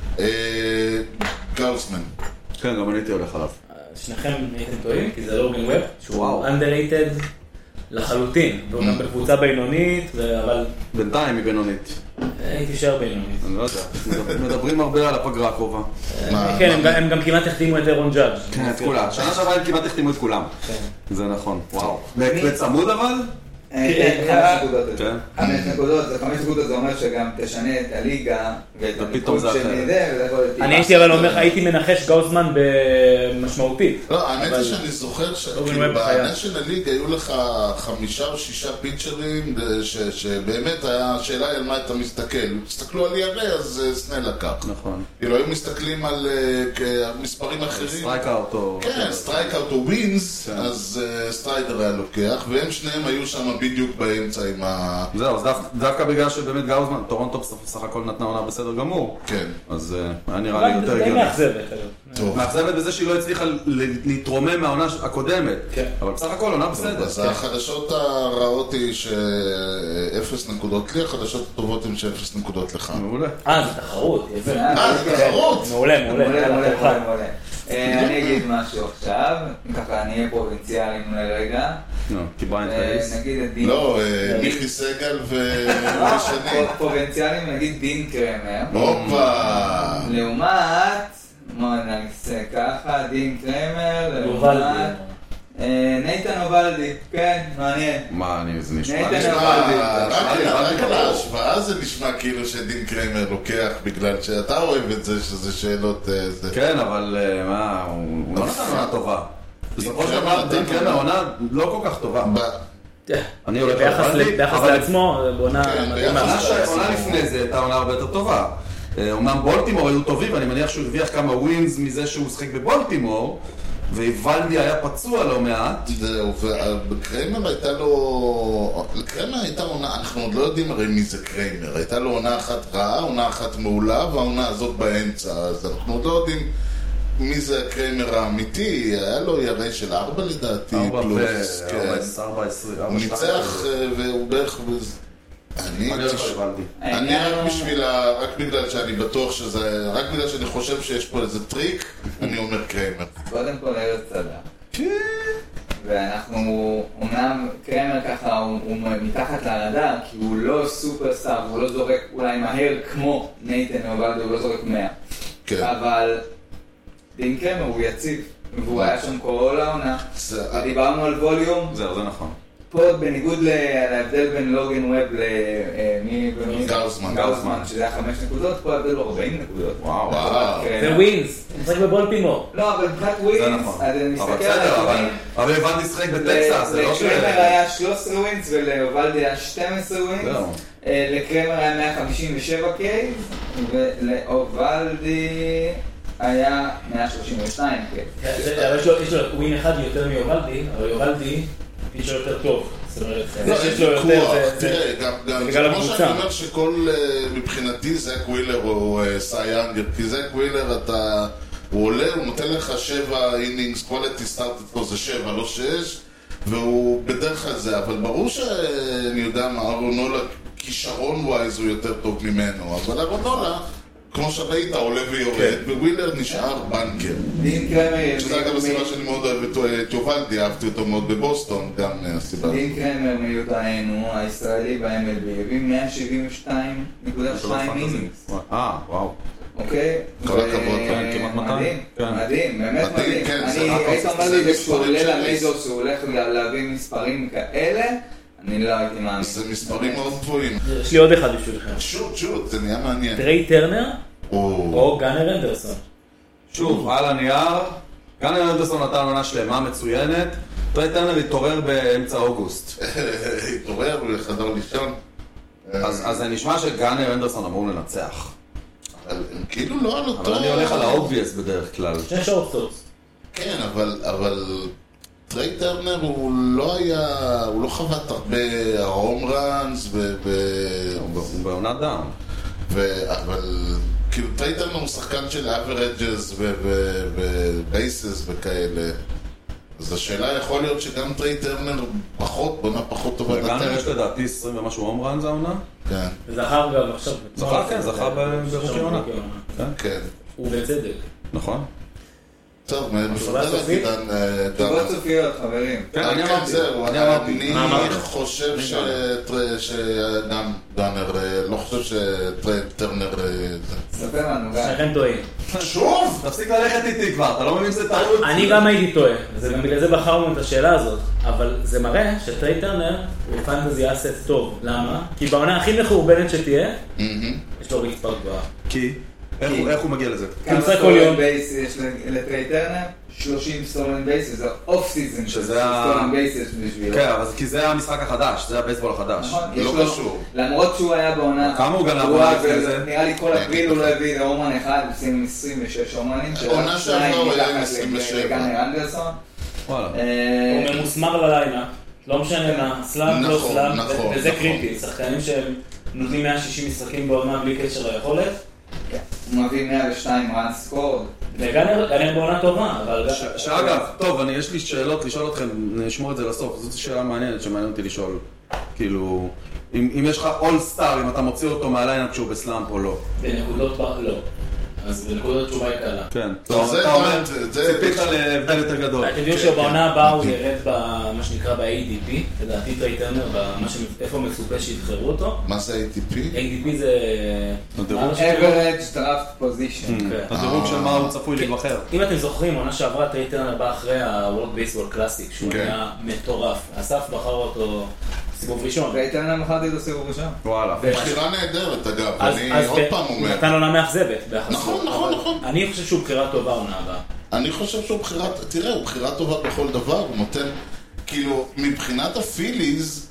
גאוסמן. כן, גם אני הייתי הולך עליו. שניכם הייתם טועים כי זה לוגן ווב שהוא underrated לחלוטין והוא גם בקבוצה בינונית אבל... בינתיים היא בינונית. הייתי שער בינונית. אני לא יודע, מדברים הרבה על הפגרה הקרובה. כן, הם גם כמעט החתימו את אירון ג'אדג'. כן, את כולם. שנה שעברה הם כמעט החתימו את כולם. זה נכון, וואו. בצמוד אבל? 5 נקודות. 5 נקודות, זה 5 נקודות, זה אומר שגם תשנה את הליגה ואת הניקוד של זה. אני הייתי אבל אומר, הייתי מנחש גאוסמן במשמעותית. לא, האמת היא שאני זוכר שבנשיונל ליג היו לך 5 או 6 פיצ'רים שבאמת השאלה היא על מה אתה מסתכל. תסתכלו על יראה, אז סנה לקח. נכון. כאילו היו מסתכלים על מספרים אחרים. סטרייקאוט או... כן, סטרייקאוט או ווינס, אז סטריידר היה לוקח, והם שניהם היו שם בדיוק באמצע עם ה... זהו, אז דווקא בגלל שבאמת גאוזמן, טורונטו בסך הכל נתנה עונה בסדר גמור. כן. אז היה נראה לי יותר הגיוני. די מאכזבת. מאכזבת בזה שהיא לא הצליחה להתרומם מהעונה הקודמת. כן. אבל בסך הכל עונה בסדר. אז החדשות הרעות היא ש0 נקודות לי, החדשות הטובות הן ש0 נקודות לך. מעולה. זה תחרות. זה תחרות. מעולה. אני אגיד משהו עכשיו, ככה אני אהיה פרובינציאלי לרגע. כי בריין טייס. נגיד דין... לא, מיכי סגל ושני. פרובינציאליים, נגיד דין קרמר. הופה! לעומת... מה נעשה ככה? דין קרמר, לעומת... נייתן אובלדי, כן, מעניין. מה, זה נשמע? נייתן אובלדי. רק על ההשוואה זה נשמע כאילו שדין קרמר לוקח בגלל שאתה אוהב את זה, שזה שאלות... כן, אבל מה, הוא לא נתן עונה טובה. בסופו של דבר, דין קרמר עונה לא כל כך טובה. אני הולך ביחס לעצמו, בעונה... העונה לפני זה הייתה עונה הרבה יותר טובה. אומנם בולטימור היו טובים, ואני מניח שהוא הרוויח כמה ווינס מזה שהוא שחק בבולטימור, ואיוולדי היה פצוע לא מעט. זהו, וקריימר הייתה לו... לקריימר הייתה עונה, אנחנו עוד לא יודעים הרי מי זה קריימר. הייתה לו עונה אחת רעה, עונה אחת מעולה, והעונה הזאת באמצע. אז אנחנו עוד לא יודעים מי זה הקריימר האמיתי. היה לו ירי של 4 לדעתי, 4 פלוס. 20. הוא ניצח והוא בערך... אני רק בגלל שאני בטוח שזה, רק בגלל שאני חושב שיש פה איזה טריק, אני אומר קריימר. קודם כל ארץ צדק. ואנחנו, אומנם קריימר ככה הוא מתחת לרדאר, כי הוא לא סופרסטאר, הוא לא זורק אולי מהר כמו נייתן אובלדי, הוא לא זורק 100. אבל דין קריימר הוא יציב, והוא היה שם כל העונה. ודיברנו על ווליום. זה נכון. פה בניגוד להבדל בין לוגן ווב גאוזמן, שזה היה 5 נקודות, פה ההבדל הוא 40 נקודות. וואו. זה ווינס, הוא משחק בבולטימור. לא, אבל מבחינת ווינס, אני מסתכל על הנתונים. אבל הבנתי שחק בטקסס, זה לא ש... לקרמר היה 13 ווינס ולאובלדי היה 12 ווינס. לקרמר היה 157 קייס, ולאובלדי היה 132 קייס. יש לו ווין אחד יותר מאובלדי, אבל אובלדי יש לו יותר טוב. יש לו יותר... תראה, גם כמו שאני אומר שכל, מבחינתי זק ווילר הוא סייאנגר, כי זק ווילר הוא עולה, הוא נותן לך 7 אינינגס, quality started פה זה 7, לא 6, והוא בדרך כלל זה, אבל ברור שאני יודע מה, ארונולה כישרון ווייז הוא יותר טוב ממנו, אבל ארונולה כמו שראית, עולה ויורד, ווילר נשאר בנקר. שזה אגב הסיבה שאני מאוד אוהב את יובלדי, אהבתי אותו מאוד בבוסטון, גם הסיבה. דין קרמר מיודענו, הישראלי ב-MLB, הביא 172.2 אינינגס. וואו. אוקיי? כל הכבוד, כמעט 200. מדהים, באמת מדהים. אני הייתי אומר לי כשהוא עולה למייזור, שהוא הולך להביא מספרים כאלה, אני לא הייתי מאמין. זה מספרים מאוד גבוהים. יש לי עוד אחד בשבילכם. שוט, זה נהיה מעניין. טריי טרנר או גאנר אנדרסון. שוב, על הנייר, גאנר אנדרסון נתן עונה שלמה מצוינת, טריי טרנר התעורר באמצע אוגוסט. התעורר ולחזור לישון. אז זה נשמע שגאנר אנדרסון אמור לנצח. אבל הם כאילו לא על אותו... אבל אני הולך על האובייס בדרך כלל. 2 שורטסטופס. כן, אבל... טריי טרנר הוא לא חוות הרבה הום ראנס הוא בעונת דאון. אבל כאילו טריי טרנר הוא שחקן של אברג'ס ובייסס וכאלה. אז השאלה יכול להיות שגם טריי טרנר בונה פחות טובה. וגאנר יש לדעתי 20 ומשהו הום ראנס העונה? כן. זכר גם עכשיו. זכר ברוקי עונה. כן. ובצדק. נכון. טוב, מפרדה להגיד תשובות סופיות, חברים. אני חושב שגם דאנר, לא חושב שטרנר ספר לנו, גיא. שכם טועים. שוב! תפסיק ללכת איתי כבר, אתה לא מבין שזה טעות. אני גם הייתי טועה, וגם בגלל זה בחרנו את השאלה הזאת. אבל זה מראה שטריי טרנר הוא פנטזי אסט טוב. למה? כי בעונה הכי מחורבנת שתהיה, יש לו רצפה גבוהה. כי? איך הוא מגיע לזה? כמה סטולן בייס יש לטריי טרנר? 30 סטולן בייס, זה אוף סיזן של סטולן בייס בשבילו. כן, אבל כי זה המשחק החדש, זה הבייסבול החדש. לא קשור. למרות שהוא היה בעונה... כמה הוא גנב עונה לפני זה? נראה לי כל אפריל הוא לא הביא להומן אחד, עושים 26 הומנים. עונה שעבר הוא היה 27. גאנר אנדרסון. וואלה. הוא ממוסמר ללילה, לא משנה מה, סלאם, לא סלאם, וזה קריטי. שחקנים שהם נותנים 160 משחקים בעונה בלי קשר ליכולת. הוא מביא 102 רן סקורד. גאנר בעונה טובה, אבל... שאגב, טוב, יש לי שאלות לשאול אתכם, נשמור את זה לסוף. זאת שאלה מעניינת שמעניין אותי לשאול. כאילו, אם יש לך אול סטאר, אם אתה מוציא אותו מהליינאפ כשהוא בסלאמפ או לא. בנקודות לא. אז בנקודות התשובה היא קלה. כן. אתה אומר, ציפית להבדל יותר גדול. אתם יודעים שבעונה הבאה הוא ירד במה שנקרא ב-ADP, לדעתי טרייטרנר, איפה מצופה שיבחרו אותו. מה זה ADP? ADP זה... average draft position. הדירוג של מה הוא צפוי להיבחר. אם אתם זוכרים, עונה שעברה טרייטרנר בא אחרי ה-World Baseball Classic, שהוא היה מטורף. אסף בחר אותו סיבוב ראשון. טרייטרנר בחרתי אותו סיבוב ראשון. וואלה. בחירה נהדרת, אגב. אני עוד פעם אומר. נתן עונה מאכזבת. נכון. אני חושב שהוא בחירה טובה עונה הבאה. אני חושב שהוא בחירה, תראה, הוא בחירה טובה בכל דבר, הוא נותן, כאילו, מבחינת הפיליז,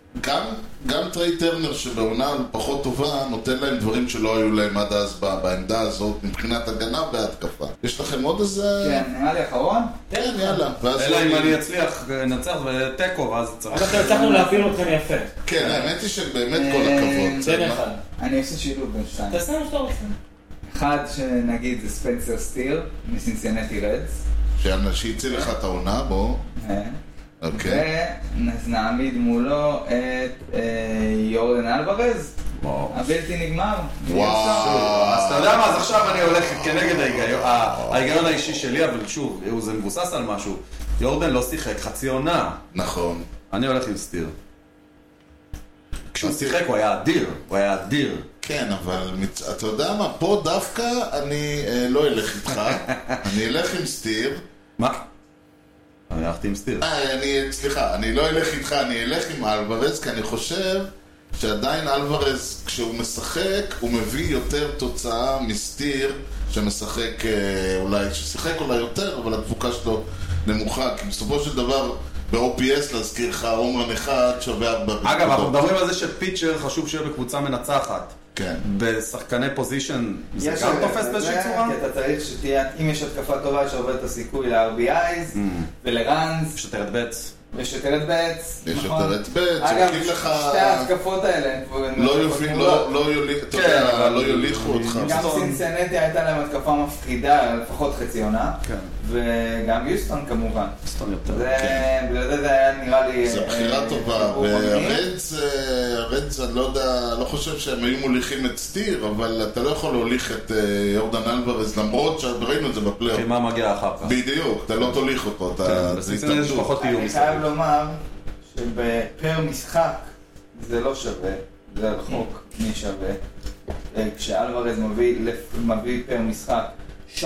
גם טריי טרנר שבעונה פחות טובה, נותן להם דברים שלא היו להם עד אז בעמדה הזאת, מבחינת הגנה והתקפה. יש לכם עוד איזה... כן, נראה לי אחרון? כן, יאללה. אלא אם אני אצליח לנצח וטקו, אז צריך... אבל הצלחנו להפעיל אתכם יפה. כן, האמת היא שבאמת כל הכבוד. תן אחד. אני עושה שילוב בין שתיים. תעשה מה שאתה רוצה. אחד שנגיד זה ספנסר סטיר, מסינסינטי רדס. שהציל לך את העונה, בוא. אוקיי. ונעמיד מולו את יורדן אלוורז. הבלתי נגמר. וואו. אז אתה יודע מה, אז עכשיו אני הולך כנגד ההיגיון האישי שלי, אבל שוב, זה מבוסס על משהו. יורדן לא שיחק חצי עונה. נכון. אני הולך עם סטיר. כשהוא שיחק הוא היה אדיר. כן, אבל אתה יודע מה, פה דווקא אני לא אלך איתך, אני אלך עם סטיר. מה? אני הלכתי עם סטיר. סליחה, אני לא אלך איתך, אני אלך עם אלוורז, כי אני חושב שעדיין אלוורז, כשהוא משחק, הוא מביא יותר תוצאה מסטיר, שמשחק ששיחק אולי יותר, אבל התפוקה שלו נמוכה, כי בסופו של דבר... ב-OPS להזכיר לך עומרן אחד שווה 4 נקודות. אגב, אנחנו מדברים על זה שפיצ'ר חשוב שיהיה בקבוצה מנצחת. כן. בשחקני פוזיישן זה גם תופס באיזושהי צורה? כי אתה צריך שתהיה, אם יש התקפה טובה שעובד את הסיכוי ל-RBIs ולראנס. ושתרת בץ. יש יותר את בץ, אגב, שתי ההתקפות האלה לא יוליכו אותך. גם סינסינטי הייתה להם התקפה מפחידה, לפחות חצי עונה, וגם יוסטון כמובן. בגלל זה היה נראה לי... זו בחירה טובה, והרדס, אני לא חושב שהם היו מוליכים את סטיר, אבל אתה לא יכול להוליך את יורדן אלוורז, למרות שראינו את זה בפלייאוף. כי מה מגיע אחר כך? בדיוק, אתה לא תוליך אותו. בסינסינטי יש פחות איום. אני חייב לומר שבפר משחק זה לא שווה, זה רחוק מי שווה. כשאלוורז מביא פר משחק 3.9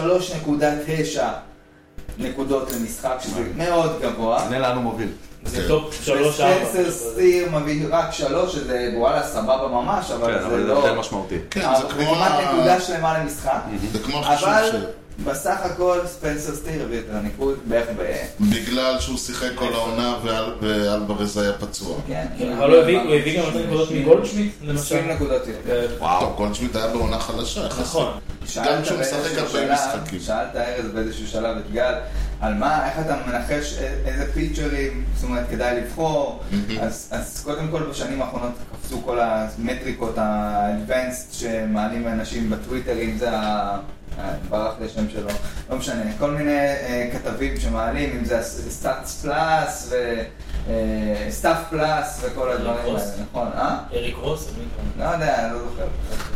נקודות למשחק, שזה מאוד גבוה. הנה לאן הוא מוביל. זה טופ 3-4. וספנסר סטיר מביא רק 3, שזה וואלה סבבה ממש, אבל זה לא... זה משמעותי. כן, זה כמו... כמעט נקודה שלמה למשחק. זה כמו חשוב ש... בסך הכל ספנסר סטיר הביא את הניקוד בערך בגלל שהוא שיחק כל העונה ואלוורז היה פצוע. כן. אבל הוא הביא גם יותר נקודות מגולדשמיט, למשל. 20 נקודות יותר. וואו, גולדשמיט היה בעונה חלשה. נכון. גם כשהוא משחק 40 משחקים. שאלת ארז באיזשהו שלב את גל, על מה, איך אתה מנחש איזה פיצ'רים, זאת אומרת, כדאי לבחור. אז קודם כל בשנים האחרונות קפצו כל המטריקות האדוונסט שמעלים לאנשים בטוויטר, אם זה ברח לשם שלו, לא משנה, כל מיני כתבים שמעלים, אם זה סטאטס פלאס וסטאפ פלאס וכל הדברים האלה, נכון? אריק רוס? לא יודע, לא זוכר.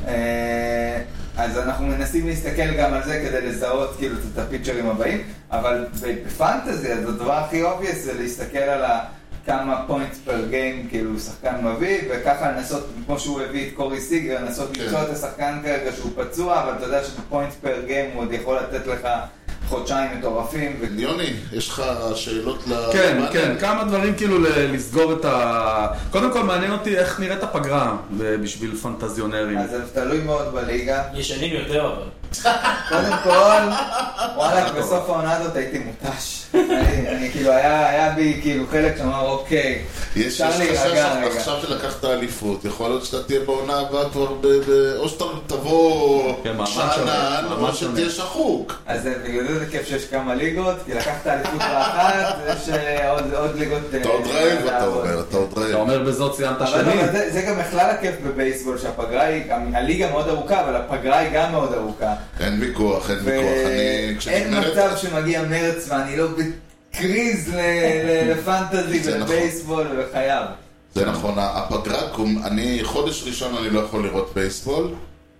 אז אנחנו מנסים להסתכל גם על זה כדי לזהות כאילו את הפיצ'רים הבאים, אבל בפנטזי, אז הדבר הכי obvious זה להסתכל על כמה פוינטס פר גיים כאילו שחקן מביא, וככה לנסות, כמו שהוא הביא את קורי סיגר, לנסות למצוא את השחקן כרגע שהוא פצוע, אבל אתה יודע שבפוינטס פר גיים הוא עוד יכול לתת לך חודשיים מטורפים. ליוני, יש לך שאלות כן, כן, כמה דברים כאילו לסגור את ה... קודם כל מעניין אותי איך נראית הפגרה בשביל פנטזיונרים. אז זה תלוי מאוד בליגה. ישנים יותר אבל. קודם כל, וואלק, בסוף העונה הזאת הייתי מוטש. אני כאילו, היה בי כאילו חלק שאמר, אוקיי, אפשר להירגע רגע. עכשיו שלקחת אליפות, יכול להיות שאתה תהיה בעונה הבאה כבר או שאתה תבוא שענן, או שתהיה שחוק. אז בגלל זה כיף שיש כמה ליגות, כי לקחת אליפות באחת, יש עוד ליגות... אתה עוד רעב, אתה אומר, אתה אומר בזאת ציינת שני. זה גם בכלל הכיף בבייסבול, שהפגרה היא, הליגה מאוד ארוכה, אבל הפגרה היא גם מאוד ארוכה. אין ויכוח, אין ויכוח. אין מצב שמגיע מרץ ואני לא בקריז לפנטזי ולבייסבול וחייב. זה נכון, הפגרה, חודש ראשון אני לא יכול לראות בייסבול,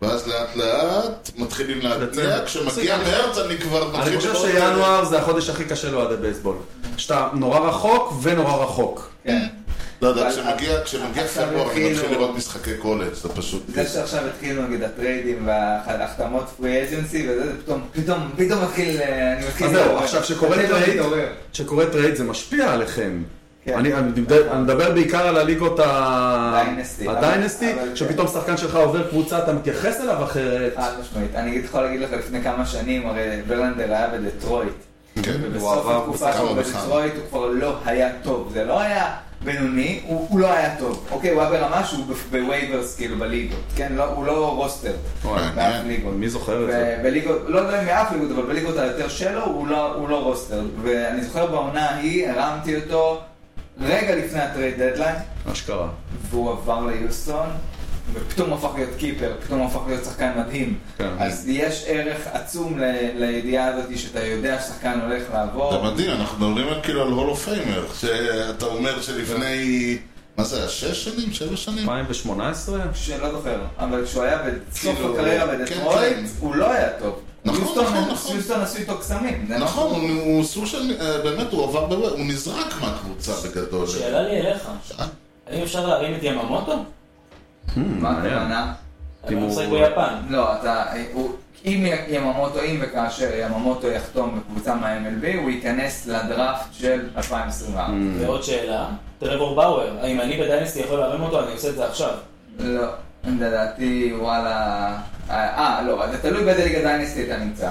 ואז לאט לאט מתחילים להגיע, כשמגיע מרץ אני כבר מתחיל... אני חושב שינואר זה החודש הכי קשה לאוהדי בייסבול. שאתה נורא רחוק ונורא רחוק. כן. לא יודע, כשמגיע פברואר אני מתחיל לראות משחקי קולג' זה פשוט... זה שעכשיו התחילו נגיד הטריידים וההחתמות פרי אג'נסי וזה פתאום מתחיל... אז זהו, עכשיו שקורה טרייד זה משפיע עליכם. אני מדבר בעיקר על הליגות הדיינסטי, שפתאום שחקן שלך עובר קבוצה, אתה מתייחס אליו אחרת. משמעית, אני יכול להגיד לך לפני כמה שנים, הרי ברלנדר היה בדטרויט. ובסוף התקופה שלו בדטרויט הוא כבר לא היה טוב, זה לא היה בינוני, הוא לא היה טוב. אוקיי, הוא היה ברמה שהוא בווייברס כאילו בליגות, כן? הוא לא רוסטר באף ליגות. מי זוכר את זה? לא יודע מאף ליגות, אבל בליגות היותר שלו הוא לא רוסטר. ואני זוכר בעונה ההיא, הרמתי אותו רגע לפני הטרייד דדליין. אשכרה. והוא עבר ליוסטון, ופתאום הוא הפך להיות קיפר, פתאום הוא הפך להיות שחקן מדהים. אז יש ערך עצום לידיעה הזאת שאתה יודע ששחקן הולך לעבור. זה מדהים, אנחנו מדברים כאילו על הול אוף פיימר, שאתה אומר שלפני, מה זה היה, 6 שנים, 7 שנים? 2018? שלא זוכר, אבל כשהוא היה בסוף הקריירה בדטרויט, הוא לא היה טוב. נכון. יוסטון עשו איתו קסמים. נכון, הוא סוג של, באמת הוא עבר, הוא נזרק מהקבוצה בגדול. שאלה לי אליך, האם אפשר להרים את יממוטו? מה הכוונה? אני משחק ביפן. לא, אם יממוטו, אם וכאשר יממוטו יחתום בקבוצה מה-MLB, הוא ייכנס לדראפט של 2024. ועוד שאלה, טרוור באואר, האם אני בדיינסטי יכול להרים אותו, אני עושה את זה עכשיו? לא, לדעתי, וואלה... לא, זה תלוי באיזה ליגה דיינסטי אתה נמצא.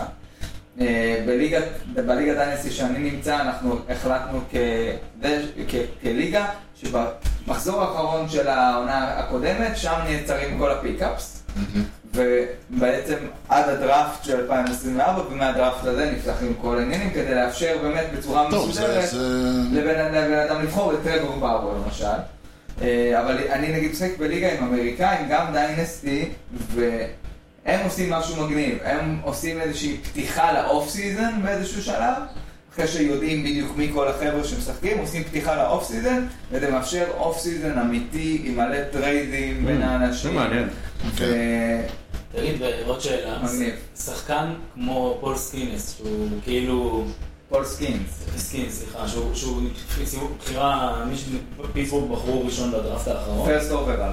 בליגה דיינסטי שאני נמצא, אנחנו החלטנו כליגה שבמחזור האחרון של העונה הקודמת, שם נעצרים כל הפיקאפס, ובעצם עד הדראפט של 2024, ומהדראפט הזה נפתחים כל העניינים, כדי לאפשר באמת בצורה מסודרת לבן אדם לבחור את טרוור באואר למשל. אבל אני נגיד משחק בליגה עם אמריקאים, גם דיינסטי, והם עושים משהו מגניב. הם עושים איזושהי פתיחה לאוף סיזן באיזשהו שלב, אחרי שיודעים בדיוק מי כל החבר'ה שמשחקים, עושים פתיחה לאוף סיזן, וזה מאפשר אוף סיזן אמיתי עם מלא טריידים בין האנשים. זה מעניין. תגיד, ועוד שאלה, שחקן כמו פול סקינס, שהוא כאילו... פול סקינס, סליחה, שהוא בחירה, פיטסבורג בחרו ראשון בדראפט האחרון. פרסט אוברל,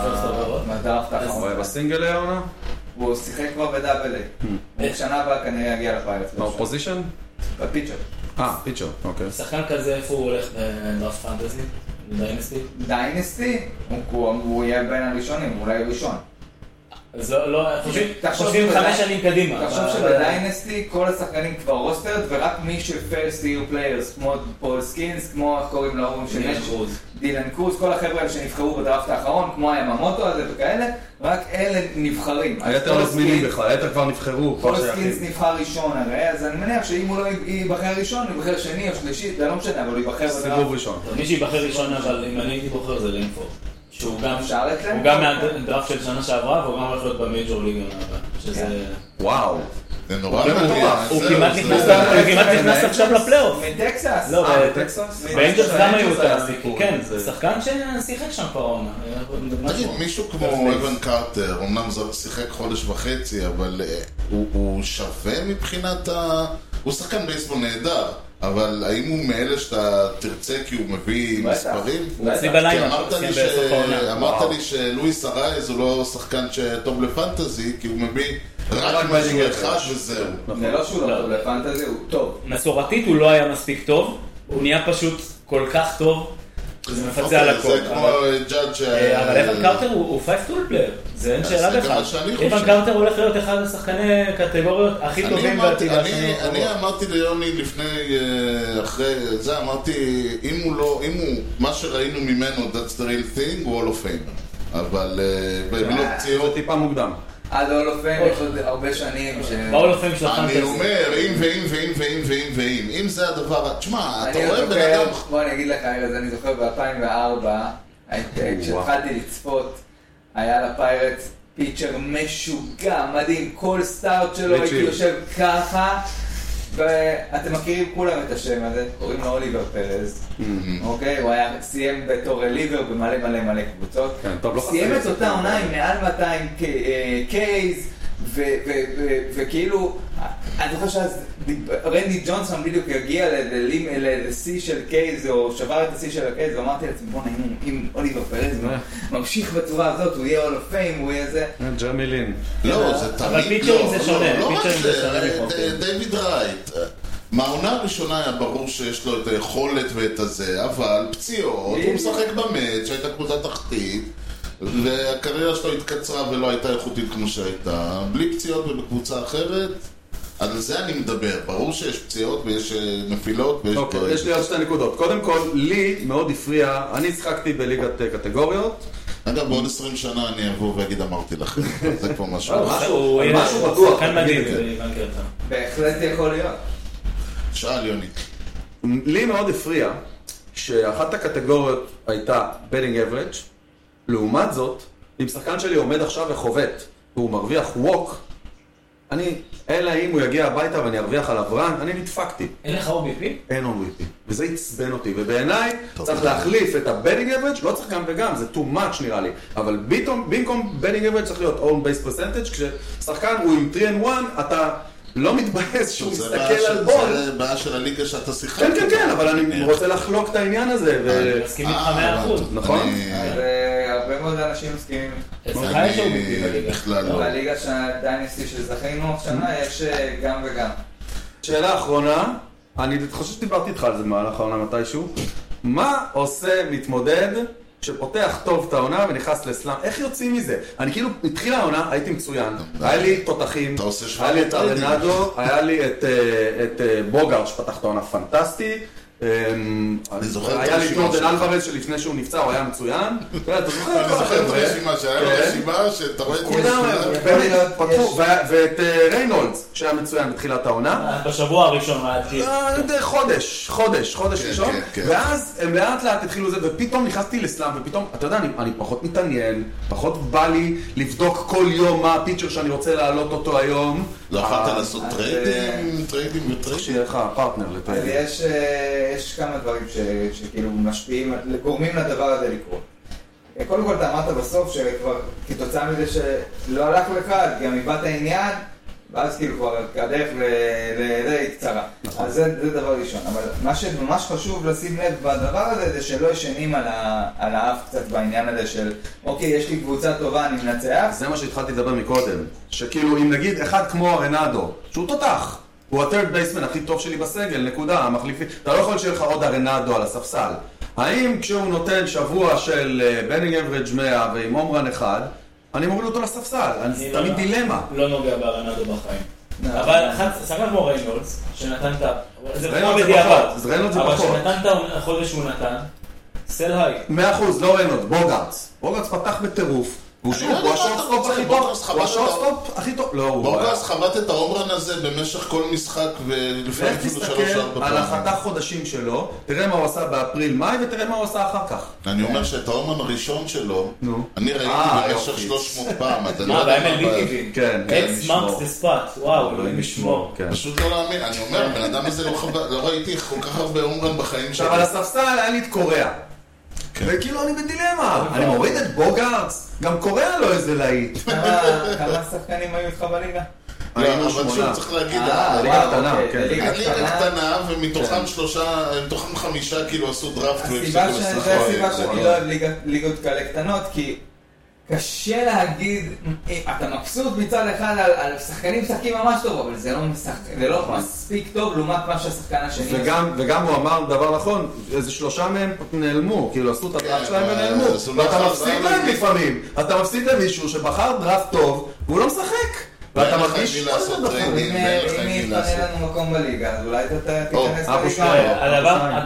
בדראפט האחרון. הוא היה בסינגל העונה? הוא שיחק כבר בדאבל איי. בשנה הבאה כנראה יגיע לפיירטס. באופוזישן? בפיצ'ר. פיצ'ר, אוקיי. שחקן כזה, איפה הוא הולך בדראפט פנטזי? דיינסטי? דיינסטי? הוא יהיה בין הראשונים, אולי ראשון. אז לא, חושבים 5 שנים קדימה. תחשוב שבדיינסטי כל השחקנים כבר רוסטרד, ורק מי ש-first year players, כמו פול סקינס, כמו איך קוראים להורים של דילן קרוז, כל החבר'ה האלה שנבחרו בדראפט האחרון, כמו היממוטו הזה וכאלה, רק אלה נבחרים. היתר לא זמינים בכלל, היתר כבר נבחרו. פול סקינס נבחר ראשון הרי, אז אני מניח שאם הוא לא ייבחר ראשון, הוא ייבחר שני או שלישי, זה לא משנה, אבל הוא ייבחר סיבוב ראשון. מי שיבחר ראשון, אבל אם אני הייתי בוחר זה רינפורד. שהוא גם מהדראפט של שנה שעברה, והוא גם הולך להיות במייג'ור ליג שזה... וואו. זה נורא מעניין. הוא כמעט נכנס עכשיו לפלייאוף. מטקסס. לא, בטקסס? באנג'לס גם היו את הסיפור. כן, זה שחקן ששיחק שם כבר עונה. תגיד, מישהו כמו אבן קרטר, אמנם שיחק חודש וחצי, אבל הוא שווה מבחינת הוא שחקן בייסבול נהדר. אבל האם הוא מאלה שאתה תרצה כי הוא מביא מספרים? הוא אצלי בלילה. אמרת לי שלואיס ארייז הוא לא שחקן שטוב לפנטזי, כי הוא מביא רק משהו אחד וזהו. זה לא שהוא לא טוב לפנטזי, הוא טוב. מסורתית הוא לא היה מספיק טוב, הוא נהיה פשוט כל כך טוב, זה מפצה על הכל. זה כמו ג'אד אבל אבן קרטר הוא 5 טול פלייר, זה אין שאלה בכלל. אבן קרטר הולך להיות אחד השחקני קטגוריות הכי טובים בעתידה. אני אמרתי ליוני לפני, אחרי זה, אמרתי, אם הוא, מה שראינו ממנו, that's the real thing, הוא Hall of Famer. אבל במילות זה טיפה מוקדם. עד Hall of Fame יש עוד הרבה שנים ב-Hall of Fame של הפנטזי. אני אומר, אם זה הדבר, תשמע, אתה רואה בן אדם... בוא אני אגיד לך, אני זוכר ב-2004, כשהתחלתי לצפות, היה לפיירטס פיצ'ר משוגע, מדהים, כל סטארט שלו הייתי יושב ככה, ואתם מכירים כולם את השם הזה, קוראים לו אוליבר פרז, אוקיי? הוא היה סיים בתור ליבר במלא מלא מלא קבוצות, סיים את אותה עונה עם מעל 200 קייז, וכאילו, אני זוכר שאז רנדי ג'ונסון בדיוק הגיע לשיא של קייז, או שבר את השיא של הקייז, ואמרתי לעצמי, בוא נעים, אם אוליבר פרז ממשיך בצורה הזאת, הוא יהיה הול אוף פיים, הוא יהיה זה. ג'רמי לין. לא, זה תמיד לא. אבל פיצ'רים זה שונה. לא רק דיוויד רייט. מהעונה הראשונה היה ברור שיש לו את היכולת ואת הזה, אבל פציעות, הוא משחק במאץ' שהייתה קבוצה תחתית, והקריירה שלו התקצרה ולא הייתה איכותית כמו שהייתה, בלי פציעות ובקבוצה אחרת. על זה אני מדבר, ברור שיש פציעות ויש נפילות ויש אוקיי, יש לי עוד 2 נקודות. קודם כל, לי מאוד הפריע, אני שחקתי בליגת קטגוריות. אגב, בעוד 20 שנה אני אבוא ואגיד אמרתי לכם, זה כבר משהו. משהו בטוח. כאן מדהים, בהחלט יכול להיות. שאל יוני. לי מאוד הפריע שאחת הקטגוריות הייתה betting average, לעומת זאת, אם שחקן שלי עומד עכשיו וחובט והוא מרוויח ווק, אלא אם הוא יגיע הביתה ואני ארוויח עליו רן, אני נדפקתי. אין לך OBP? אין OBP, וזה יצבן אותי, ובעיניי צריך להחליף את ה-betting average, לא צריך גם וגם, זה too much נראה לי, אבל במקום betting average צריך להיות own base percentage, כששחקן הוא עם 3-1, אתה לא מתבאס שהוא מסתכל על בול. זה בעיה של הליגה שאתה שיחק. כן, אבל אני רוצה לחלוק את העניין הזה. אני מסכים איתך 100%. נכון? הרבה מאוד אנשים מסכימים. אצלך יש OBP בליגה. בכלל לא. בליגה שהדיינסטי שזכינו השנה יש גם וגם. שאלה אחרונה, אני חושב שדיברתי איתך על זה במהלך העונה מתישהו. מה עושה מתמודד שפותח טוב את העונה ונכנס לסלאם? איך יוצאים מזה? אני כאילו, התחילה העונה, הייתי מצוין. היה לי תותחים, היה לי את ארנדו, היה לי את בוגארד שפתח את העונה פנטסטי. היה לי ג'ורדן אלוורז שלפני שהוא נפצע, הוא היה מצוין. אני זוכר את הרשימה, שהיה לו רשימה שאתה רואה את זה. פתחו, ואת ריינולדס שהיה מצוין בתחילת העונה. בשבוע הראשון. חודש ראשון. ואז הם לאט לאט התחילו זה, ופתאום נכנסתי לסלאם, ופתאום, אתה יודע, אני פחות מתעניין, פחות בא לי לבדוק כל יום מה הפיצ'ר שאני רוצה להעלות אותו היום. לא יכולת לעשות טריידים שיהיה לך פרטנר לטריידים. יש כמה דברים שכאילו משפיעים, גורמים לדבר הזה לקרות. קודם כל אתה אמרת בסוף שכבר כתוצאה מזה שלא הלך לך, גם איבדת העניין, ואז כאילו כבר הדרך לדי קצרה. אז זה דבר ראשון. אבל מה שממש חשוב לשים לב בדבר הזה זה שלא ישנים על האף קצת בעניין הזה של אוקיי, יש לי קבוצה טובה, אני מנצח. זה מה שהתחלתי לדבר מקודם. שכאילו אם נגיד אחד כמו ארנדו, שהוא תותח, הוא ה-third baseman הכי טוב שלי בסגל, נקודה, המחליפי. אתה לא יכול שיהיה לך עוד ארנדו על הספסל. האם כשהוא נותן שבוע של betting average 100 ועם הומרן אחד, אני מוריד אותו לספסל, אני תמיד דילמה. לא נוגע בארנדו בחיים. אבל שחקן כמו ריינולדס, שנתן את ה... זה כמו בדיעבד. אבל שנתן את החודש שהוא נתן, סל היי. 100%, לא ריינולדס, בוגארץ. בוגארץ פתח בטירוף. הוא השורטסטופ הכי טוב, הוא השורטסטופ הכי טוב. בוגארץ חבט את ההומרן הזה במשך כל משחק ולפני אפילו 3-4 פעמים. תסתכל על החתך חודשים שלו, תראה מה הוא עשה באפריל-מאי ותראה מה הוא עשה אחר כך. אני אומר שאת ההומרן הראשון שלו, אני ראיתי במשך 300 פעם. ב-MLB TV. אקס מרקס דה ספאט, וואו, אלוהים ישמור. פשוט לא להאמין, אני אומר, בן אדם הזה לא ראיתי כל כך הרבה הומרן בחיים שלי. אבל הספסל היה לי את קוריאה. וכאילו אני בדילמה, אני מוריד את בוגארץ, גם קוריאה לו איזה להיט. כמה שחקנים היו איתך בליגה? לא, אבל שוב צריך להגיד, ליגה קטנה, כן. ליגה קטנה, ומתוכם 5 כאילו עשו דראפט. זה הסיבה שאני לא אוהב ליגות כאלה קטנות, כי קשה להגיד, אתה מבסוט מצד אחד על שחקנים משחקים ממש טוב, אבל זה לא מספיק טוב לעומת מה שהשחקן השני. וגם הוא אמר דבר נכון, איזה 3 מהם נעלמו, כאילו עשו את הדראפט שלהם ונעלמו. ואתה מפסיד להם לפעמים, אתה מפסיד למישהו שבחר דראפט טוב, והוא לא משחק. ואתה מרגיש לעשות טריידים, אם יתפנה לנו מקום בליגה, אז אולי תיכנס לליגה.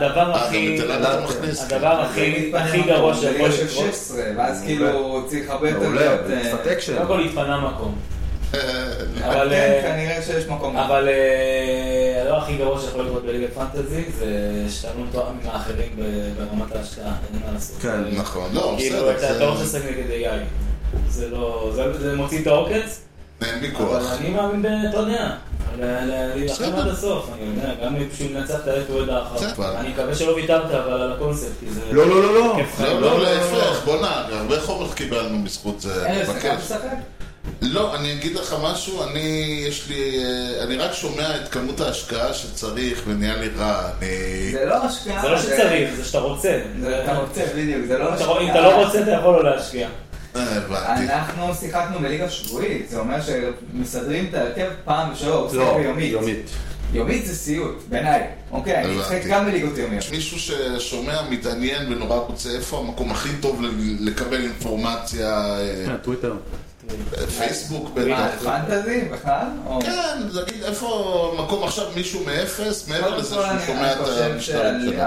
הדבר הכי גרוע שיכול לקרות, ואז כאילו צריך הרבה יותר לא יכול להתפנה מקום. כן, כנראה שיש מקום. אבל הדבר הכי גרוע שיכול לקרות בליגת פנטזי זה שאתה לא מתואם עם האחרים ברמת ההשקעה, אין מה לעשות. כן, נכון. לא, כאילו, אתה לא תשחק נגד AI. זה מוציא את העוקץ. אין ויכוח. אבל אני מאמין אתה יודע, להילחם עד הסוף, אני יודע, גם בשביל לנצח את האטואד האחר. אני מקווה שלא ויתרת, אבל על הקונספט, כי זה... לא, להפך, בוא נע, הרבה חומר קיבלנו בזכות זה, אני מבקש. לא, אני אגיד לך משהו, אני רק שומע את כמות ההשקעה שצריך ונהיה לי רע, זה לא השקעה. זה לא שצריך, זה שאתה רוצה. אתה רוצה, בדיוק, זה לא השקעה. אם אתה לא רוצה, אתה יכול לא להשקיע. אנחנו שיחקנו בליגה שבועית, זה אומר שמסדרים את ההרכב פעם בשבוע, הוא שיחק ביומית. יומית זה סיוט, בעיניי. אוקיי, אני משחק גם בליגות יומיות. מישהו ששומע, מתעניין ונורא רוצה איפה המקום הכי טוב לקבל אינפורמציה? טוויטר. פייסבוק בטח. פנטזי בכלל? כן, תגיד איפה מקום עכשיו מישהו מאפס, מעבר לזה שהוא שומע את המשטרים שלו.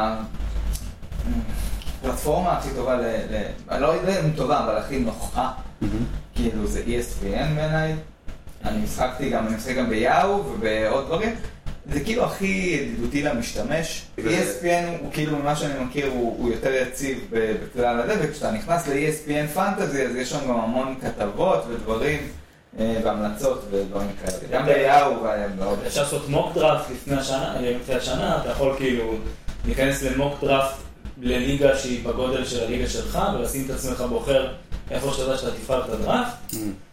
הפלטפורמה הכי טובה, אני לא יודע אם טובה, אבל הכי נוחה, כאילו זה ESPN בעיניי. אני משחק גם ביאו ובעוד דברים. זה כאילו הכי ידידותי למשתמש. ESPN הוא כאילו ממה שאני מכיר הוא יותר יציב בכלל הזה, וכשאתה נכנס ל-ESPN פנטזי אז יש שם גם המון כתבות ודברים והמלצות ודברים כאלה. גם ביאו ועוד. אפשר לעשות מוק דראפט לפני השנה, אתה יכול כאילו להיכנס למוק דראפט לליגה שהיא בגודל של הליגה שלך ולשים את עצמך בוחר איפה שאתה תבחר את הדראפט.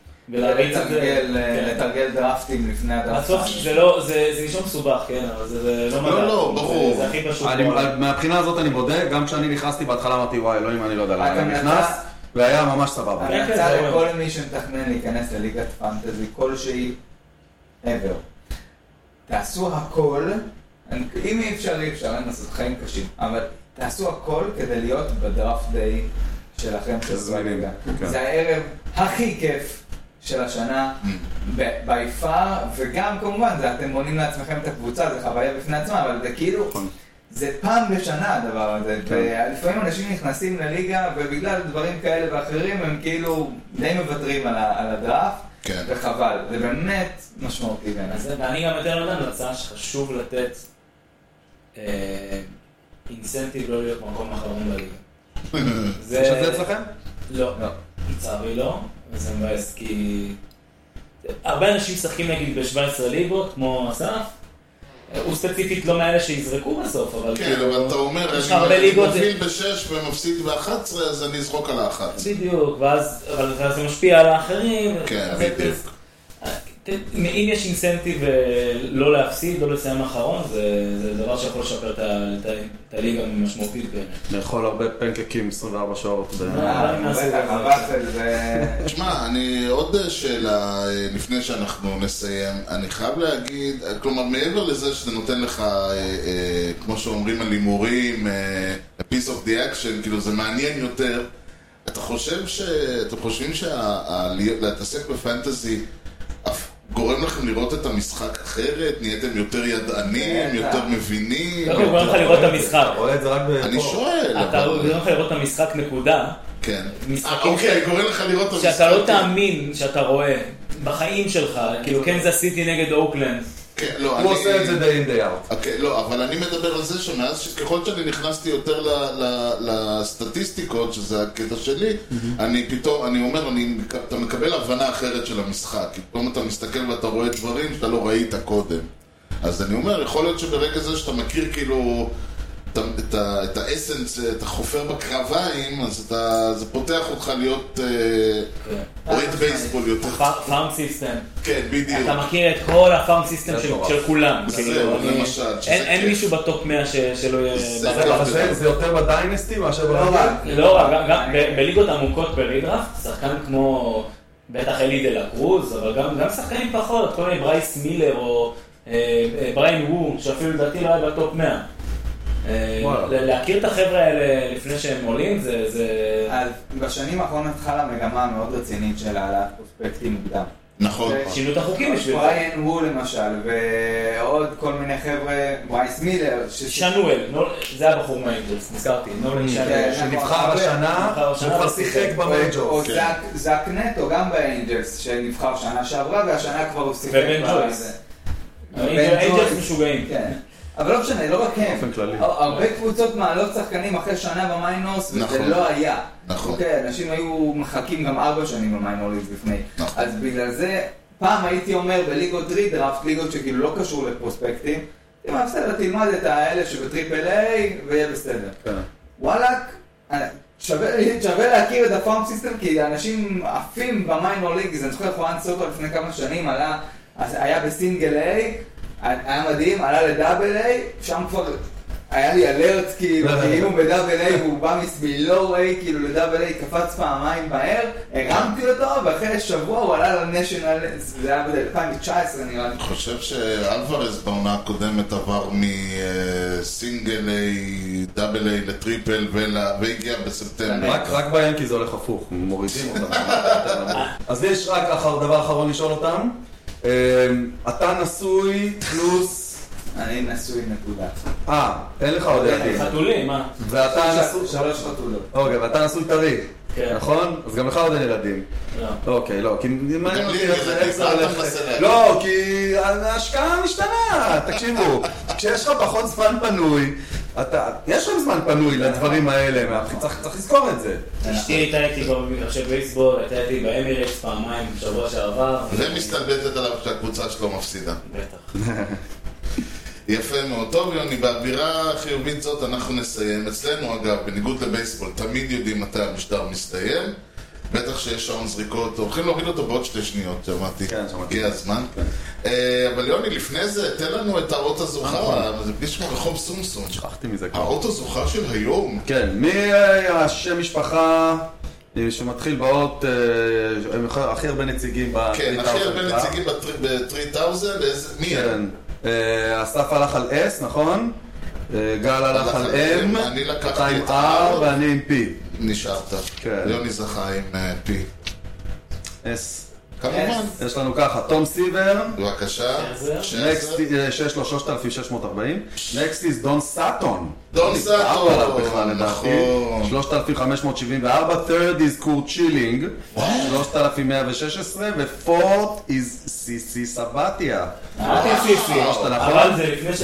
לתרגל דראפטים לפני הדראפט. זה נשמע מסובך, כן, אבל זה לא מדע. לא, ברור. זה הכי פשוט. מהבחינה הזאת אני בודק, גם כשאני נכנסתי בהתחלה אמרתי וואי, אלוהים, אני לא יודע למה אני נכנס, והיה ממש סבבה. אני רוצה לכל מי שמתכנן להיכנס לליגת פנטזי כלשהי ever. תעשו הכל, אם אי אפשר, אין לעשות חיים קשים, אבל תעשו הכל כדי להיות בדראפט דיי שלכם של בליגה. זה הערב הכי כיף של השנה ביפר, וגם כמובן אתם מונים לעצמכם את הקבוצה, זה חוויה בפני עצמה, אבל זה כאילו, זה פעם בשנה הדבר הזה, ולפעמים אנשים נכנסים לליגה ובגלל דברים כאלה ואחרים הם כאילו די מוותרים על הדראפט, וחבל, זה באמת משמעותי בעיניי. ואני גם יותר נותן הצעה שחשוב לתת אינסנטיב לא להיות מקום אחרון בליגה. יש את זה אצלכם? לא, לצערי לא. זה מבאס כי הרבה אנשים משחקים נגיד ב-17 ליגות כמו אסף, הוא ספציפית לא מאלה שיזרקו בסוף, אבל כן, אבל אתה אומר, אני מוביל ב-6 ומפסיד ב-11 אז אני אזרוק על ה-11 בדיוק, אבל זה משפיע על האחרים. כן, בדיוק. אם יש אינסנטיב לא להפסיד, לא לסיים אחרון, זה דבר שיכול לשפר את הליגה משמעותית באמת. לאכול הרבה פנקקים 24 שעות. תשמע, עוד שאלה לפני שאנחנו נסיים. אני חייב להגיד, כלומר, מעבר לזה שזה נותן לך, כמו שאומרים על הימורים, a piece of the action, כאילו זה מעניין יותר. אתם חושבים שלהתעסק בפנטזי גורם לכם לראות את המשחק אחרת? נהייתם יותר ידענים, יותר מבינים? לא, גורם לך לראות את המשחק. אני שואל. אתה גורם לך לראות את המשחק נקודה. כן. אוקיי, גורם לך לראות את המשחק. שאתה לא תאמין שאתה רואה בחיים שלך, כאילו כן זה סיטי נגד אוקלנד. הוא עושה את זה day in day out. לא, אבל אני מדבר על זה שמאז שככל שאני נכנסתי יותר לסטטיסטיקות, שזה הקטע שלי, אני אומר, אתה מקבל הבנה אחרת של המשחק. פתאום אתה מסתכל ואתה רואה דברים שאתה לא ראית קודם. אז אני אומר, יכול להיות שברגע זה שאתה מכיר כאילו את האסנס, אתה חופר בקרביים, אז זה פותח אותך להיות אוהד בייסבול יותר. פארם סיסטם. כן, בדיוק. אתה מכיר את כל הפארם סיסטם של כולם. זהו, למשל. אין מישהו בטופ 100 שלא יהיה... זה יותר בדיינסטי מאשר ברגיל? לא רק, גם בליגות עמוקות ברידראפט, שחקן כמו בטח אלי דלה קרוז, אבל גם שחקנים פחות, כל מיני ברייס מילר או בריין וו, שאפילו לדעתי לא היה בטופ 100. להכיר את החבר'ה האלה לפני שהם עולים זה... בשנים האחרונות התחלה מגמה מאוד רצינית של העלאת פרוספקטים מוקדם. נכון. שינו את החוקים בשביל זה. בריין וו למשל, ועוד כל מיני חבר'ה, ברייס מילר. שנואל, זה הבחור מהאינג'לס, נזכרתי. שנבחר השנה, הוא כבר שיחק במייג'ורס. או זק נטו, גם באינג'לס, שנבחר שנה שעברה, והשנה כבר הוא שיחק. ובן ג'ויס. האינג'לס משוגעים. אבל לא משנה, לא רק הם. הרבה קבוצות מעלות שחקנים אחרי שנה במיינורס, וזה לא היה. אוקיי, אנשים היו מחכים גם 4 שנים במיינורס לפני. אז בגלל זה, פעם הייתי אומר בליגות רידראפט, ליגות שכאילו לא קשור לפרוספקטים, תראה, בסדר, תלמד את האלה שבטריפל איי, ויהיה בסדר. וואלק, שווה להכיר את הפארם סיסטם, כי אנשים עפים במיינור ליג, אני זוכר חואן סוטו לפני כמה שנים, היה בסינגל איי, היה מדהים, עלה לדאבל איי, שם כבר היה לי אלרט כאילו בדאבל איי, והוא בא מסבילו איי, כאילו לדאבל איי, קפץ פעמיים בהר, הרמתי אותו, ואחרי שבוע הוא עלה לנשיונל, זה היה ב-2019 נראה לי. אני חושב שאלוורז בעונה הקודמת עבר מסינגל איי, דאבל איי לטריפל, והגיע בספטמבר. רק ביאנקיז זה הולך הפוך, מורידים אותם. אז יש רק דבר אחרון לשאול אותם. אתה נשוי פלוס... אני נשוי נקודה. אין לך עוד ילדים. חתולים, מה? ואתה נשוי... 3 חתולות. אוקיי, ואתה נשוי טרי. נכון? אז גם לך עוד אין ילדים. לא. אוקיי, לא, כי... לי, לא, כי ההשקעה משתנה. תקשיבו, כשיש לך פחות זמן פנוי, יש לך זמן פנוי לדברים האלה, צריך לזכור את זה. אשתי הייתה איתי במגרשי בייסבול, הייתה איתי באמירטס פעמיים בשבוע שעבר. ומסתלבטת עליו שהקבוצה שלו מפסידה. בטח. יפה מאוד. טוב יוני, באווירה חיובית זאת אנחנו נסיים. אצלנו אגב, בניגוד לבייסבול, תמיד יודעים מתי המשדר מסתיים. בטח שיש שעון זריקות, הולכים להוריד אותו בעוד 2 שניות, שמעתי. כן, שמעתי. הגיע הזמן. אבל יוני, לפני זה, תן לנו את האות הזוכה. זה פגיש כמו רחוב סומסון. שכחתי מזה כבר. האות הזוכה של היום. כן, מי השם משפחה שמתחיל באות, הכי הרבה נציגים ב-3000? כן, הכי הרבה נציגים ב-3000, מי הם? אסף הלך על S, נכון? גל הלך על M, אני לקחתי את R ואני עם P. נשארת. יוני זכה עם P. S. כמובן. יש לנו ככה, תום סיבר. בבקשה. שיש לו 3,640. Next is דון סאטון. דון סאטון. נכון. 3,574. Third is קורט שילינג. 3,116. ו-Fourth is סיסי סבתיה. סיסי. אבל זה לפני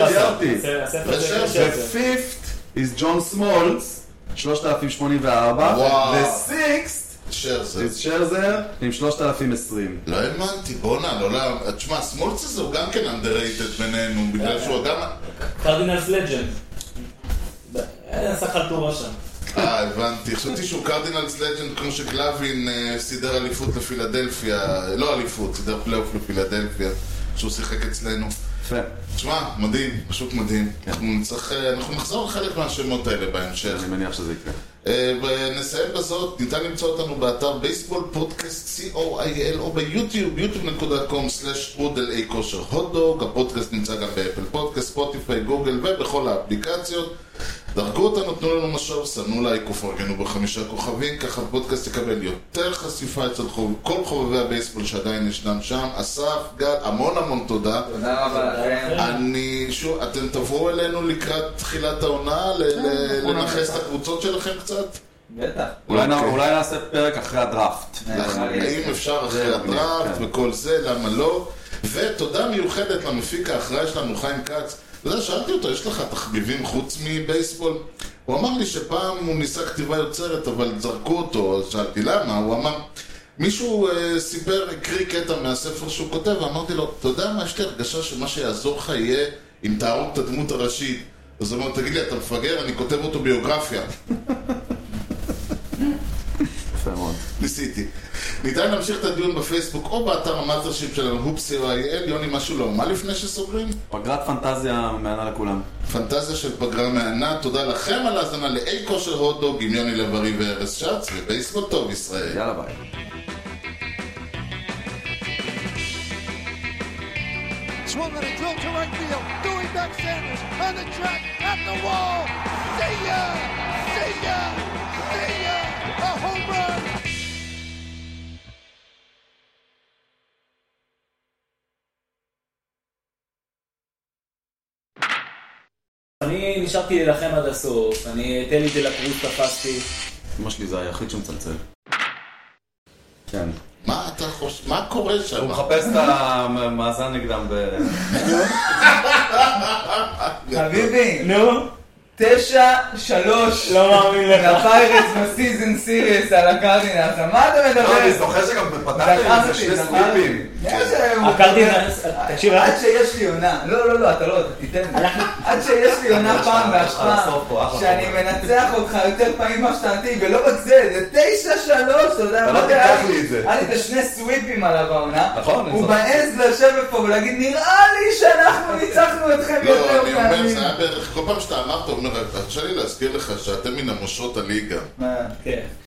ו-Fifth is ג'ון סמולס. 3,084. ו-Sixth שרזר עם 3,020. לא האמנתי, בונה, לא, תשמע, סמולץ הזה הוא גם כן underrated בינינו, בגלל שהוא גם... קרדינלס לג'נד. עשה חלטורה שם. הבנתי, חשבתי שהוא קרדינלס לג'נד כמו שגלווין סידר אליפות לפילדלפיה, לא אליפות, סידר פלייאוף לפילדלפיה, שהוא שיחק אצלנו. תשמע, מדהים, פשוט מדהים. אנחנו נחזור לחלק מהשמות האלה בהמשך. אני מניח שזה יקרה. ונסיים בזאת, ניתן למצוא אותנו באתר בייסבול פודקאסט co.il או ביוטיוב, youtube.com/rudelakosher hotdog. הפודקאסט נמצא גם באפל פודקאסט, ספוטיפיי, גוגל ובכל האפליקציות. דרגו אותנו, תנו לנו משוב, סנו לייק ופרגנו ב5 כוכבים, ככה הפודקאסט יקבל יותר חשיפה אצל כל חובבי הבייסבול שעדיין ישנם שם. אסף, גל, המון תודה. תודה רבה לכם. אתם תבואו אלינו לקראת תחילת העונה, לנחס את הקבוצות שלכם קצת? בטח. אולי נעשה פרק אחרי הדראפט. האם אפשר אחרי הדראפט וכל זה, למה לא? ותודה מיוחדת למפיק האחראי שלנו, חיים כץ. שאלתי אותו, יש לך תחביבים חוץ מבייסבול? הוא אמר לי שפעם הוא ניסה כתיבה יוצרת, אבל זרקו אותו, אז שאלתי למה? הוא אמר, מישהו הקריא קטע מהספר שהוא כותב, ואמרתי לו, אתה יודע מה, יש לי הרגשה שמה שיעזור לך יהיה אם תהרוג את הדמות הראשית. אז הוא אמר, תגיד לי, אתה מפגר, אני כותב אותו ביוגרפיה. יפה מאוד. ניסיתי. ניתן להמשיך את הדיון בפייסבוק או באתר המאסטרשיפ שלנו, הופסי.il. יוני, משהו לא, מה לפני שסוגרים? פגרת פנטזיה מהנה לכולם. פנטזיה של פגרה מהנה. תודה לכם על ההזנה לאי כושר הוטדוג עם יוני לב-ארי וארז שץ, ובייסבול טוב ישראל. יאללה ביי. Swung on a drill to right field. Doing back Sanders on the track at the wall. See ya! See ya! See ya! A home run! אני נשארתי להילחם עד הסוף, אני תן לי דלקרוז תפסתי. אמא שלי זה היחיד שמצלצל. כן. מה אתה מה קורה שם? הוא מחפש את המאזן נגדם חביבי, נו? 9-3 לא מאמין לך. לפיירטס בסיזן סיריס על הקרדינלס, מה אתה מדבר? אני זוכר שגם פתחתי איזה שני סוויפים. הקרדינלס, תקשיב, עד שיש לי עונה, לא, אתה לא, תיתן לי. עד שיש לי עונה פעם והשפעה, שאני מנצח אותך יותר פעמים משתנתי, ולא רק זה 9-3, אתה יודע מה זה? היה לי שני סוויפים עליו העונה, הוא בעז לשבת פה ולהגיד, נראה לי שאנחנו ניצחנו אתכם יותר פעמים. לא, אני אומר, פעמים. זה היה בערך, כל פעם שאתה אמרת, אומר, תרשה לי להזכיר לך שאתם מן המושרות הליגה. כן.